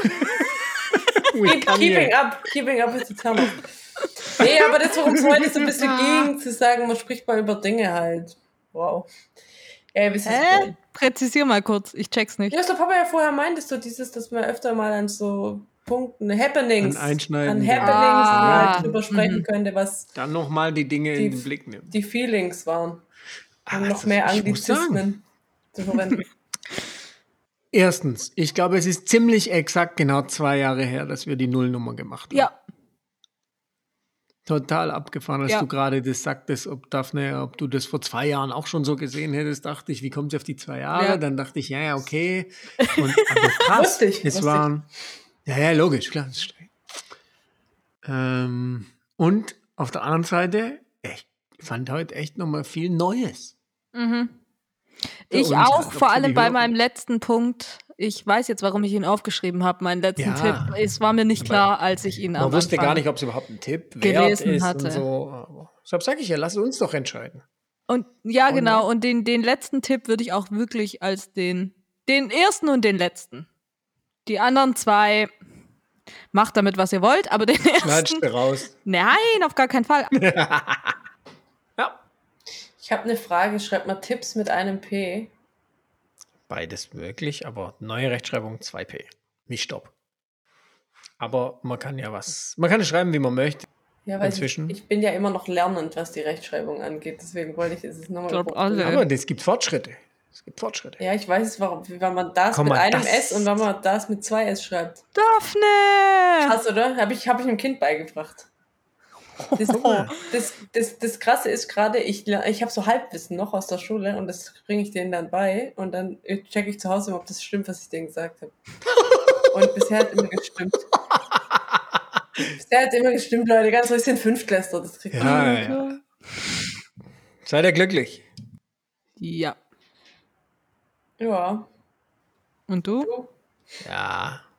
S3: Keeping up with the Turners. Nee, aber das, worum es heute so ein bisschen ging, zu sagen, man spricht mal über Dinge halt. Wow. Ja,
S2: Präzisier mal kurz, ich check's nicht.
S3: Ja, was der Papa ja vorher meintest, so dieses, dass man öfter mal an so Punkten, Happenings,
S4: An einschneidenden-
S3: wo man drüber sprechen könnte, was
S4: Dann nochmal die Dinge in den Blick nehmen.
S3: die Feelings waren. Und noch
S4: das-
S3: mehr
S4: ich muss sagen.
S3: Anglizismen zu verwenden.
S4: Erstens, ich glaube, es ist ziemlich exakt genau 2 Jahre her, dass wir die Nullnummer gemacht haben.
S2: Ja.
S4: Total abgefahren, als
S2: Ja.
S4: du gerade das sagtest, ob du das vor 2 Jahren auch schon so gesehen hättest, dachte ich, wie kommt es auf die 2 Jahre?
S2: Ja.
S4: Dann dachte ich, ja, okay. Aber krass,
S3: Wusste ich.
S4: waren, ja, logisch, klar. Das ist und auf der anderen Seite, ich fand heute echt nochmal viel Neues.
S2: Ich
S4: uns
S2: auch,
S4: halt,
S2: vor
S4: auch für
S2: allem
S4: die
S2: bei
S4: Hörer.
S2: meinem letzten Punkt. Ich weiß jetzt, warum ich ihn aufgeschrieben habe, meinen letzten
S4: Ja.
S2: Tipp. Es war mir nicht klar, als ich ihn am
S4: Man wusste
S2: Anfang
S4: gar nicht, ob es überhaupt ein Tipp wert
S2: gelesen
S4: ist
S2: hatte.
S4: und so. Aber deshalb sage ich ja, lass uns doch entscheiden.
S2: Und ja, genau. Und den letzten Tipp würde ich auch wirklich als den ersten und den letzten. Die anderen 2, macht damit, was ihr wollt, aber den
S4: Schneidest
S2: ersten.
S4: du raus.
S2: Nein, auf gar keinen Fall.
S4: Ja.
S3: Ich habe eine Frage, schreibt mal Tipps mit einem P.
S4: Beides möglich, aber neue Rechtschreibung 2p. Wie Stopp. Aber man kann ja schreiben, wie man möchte.
S3: Ja, weil
S4: Inzwischen.
S3: ich bin ja immer noch lernend, was die Rechtschreibung angeht. Deswegen wollte ich es nochmal
S2: Glaub alle.
S4: Aber es gibt Fortschritte.
S3: Ja, ich weiß, wenn man das
S4: Komm
S3: mit
S4: mal,
S3: einem
S4: das-
S3: S und wenn man das mit 2 S schreibt.
S2: Daphne!
S3: Krass, oder? Hab ich einem Kind beigebracht. Das Krasse ist gerade, ich habe so Halbwissen noch aus der Schule und das bringe ich denen dann bei und dann checke ich zu Hause, ob das stimmt, was ich denen gesagt habe. Und bisher hat immer gestimmt. Leute. Ganz ruhig, sind Fünftklässler. Das kriegt man.
S4: Ja. Seid ihr glücklich?
S2: Ja.
S3: Ja.
S2: Und du?
S3: Du?
S4: Ja.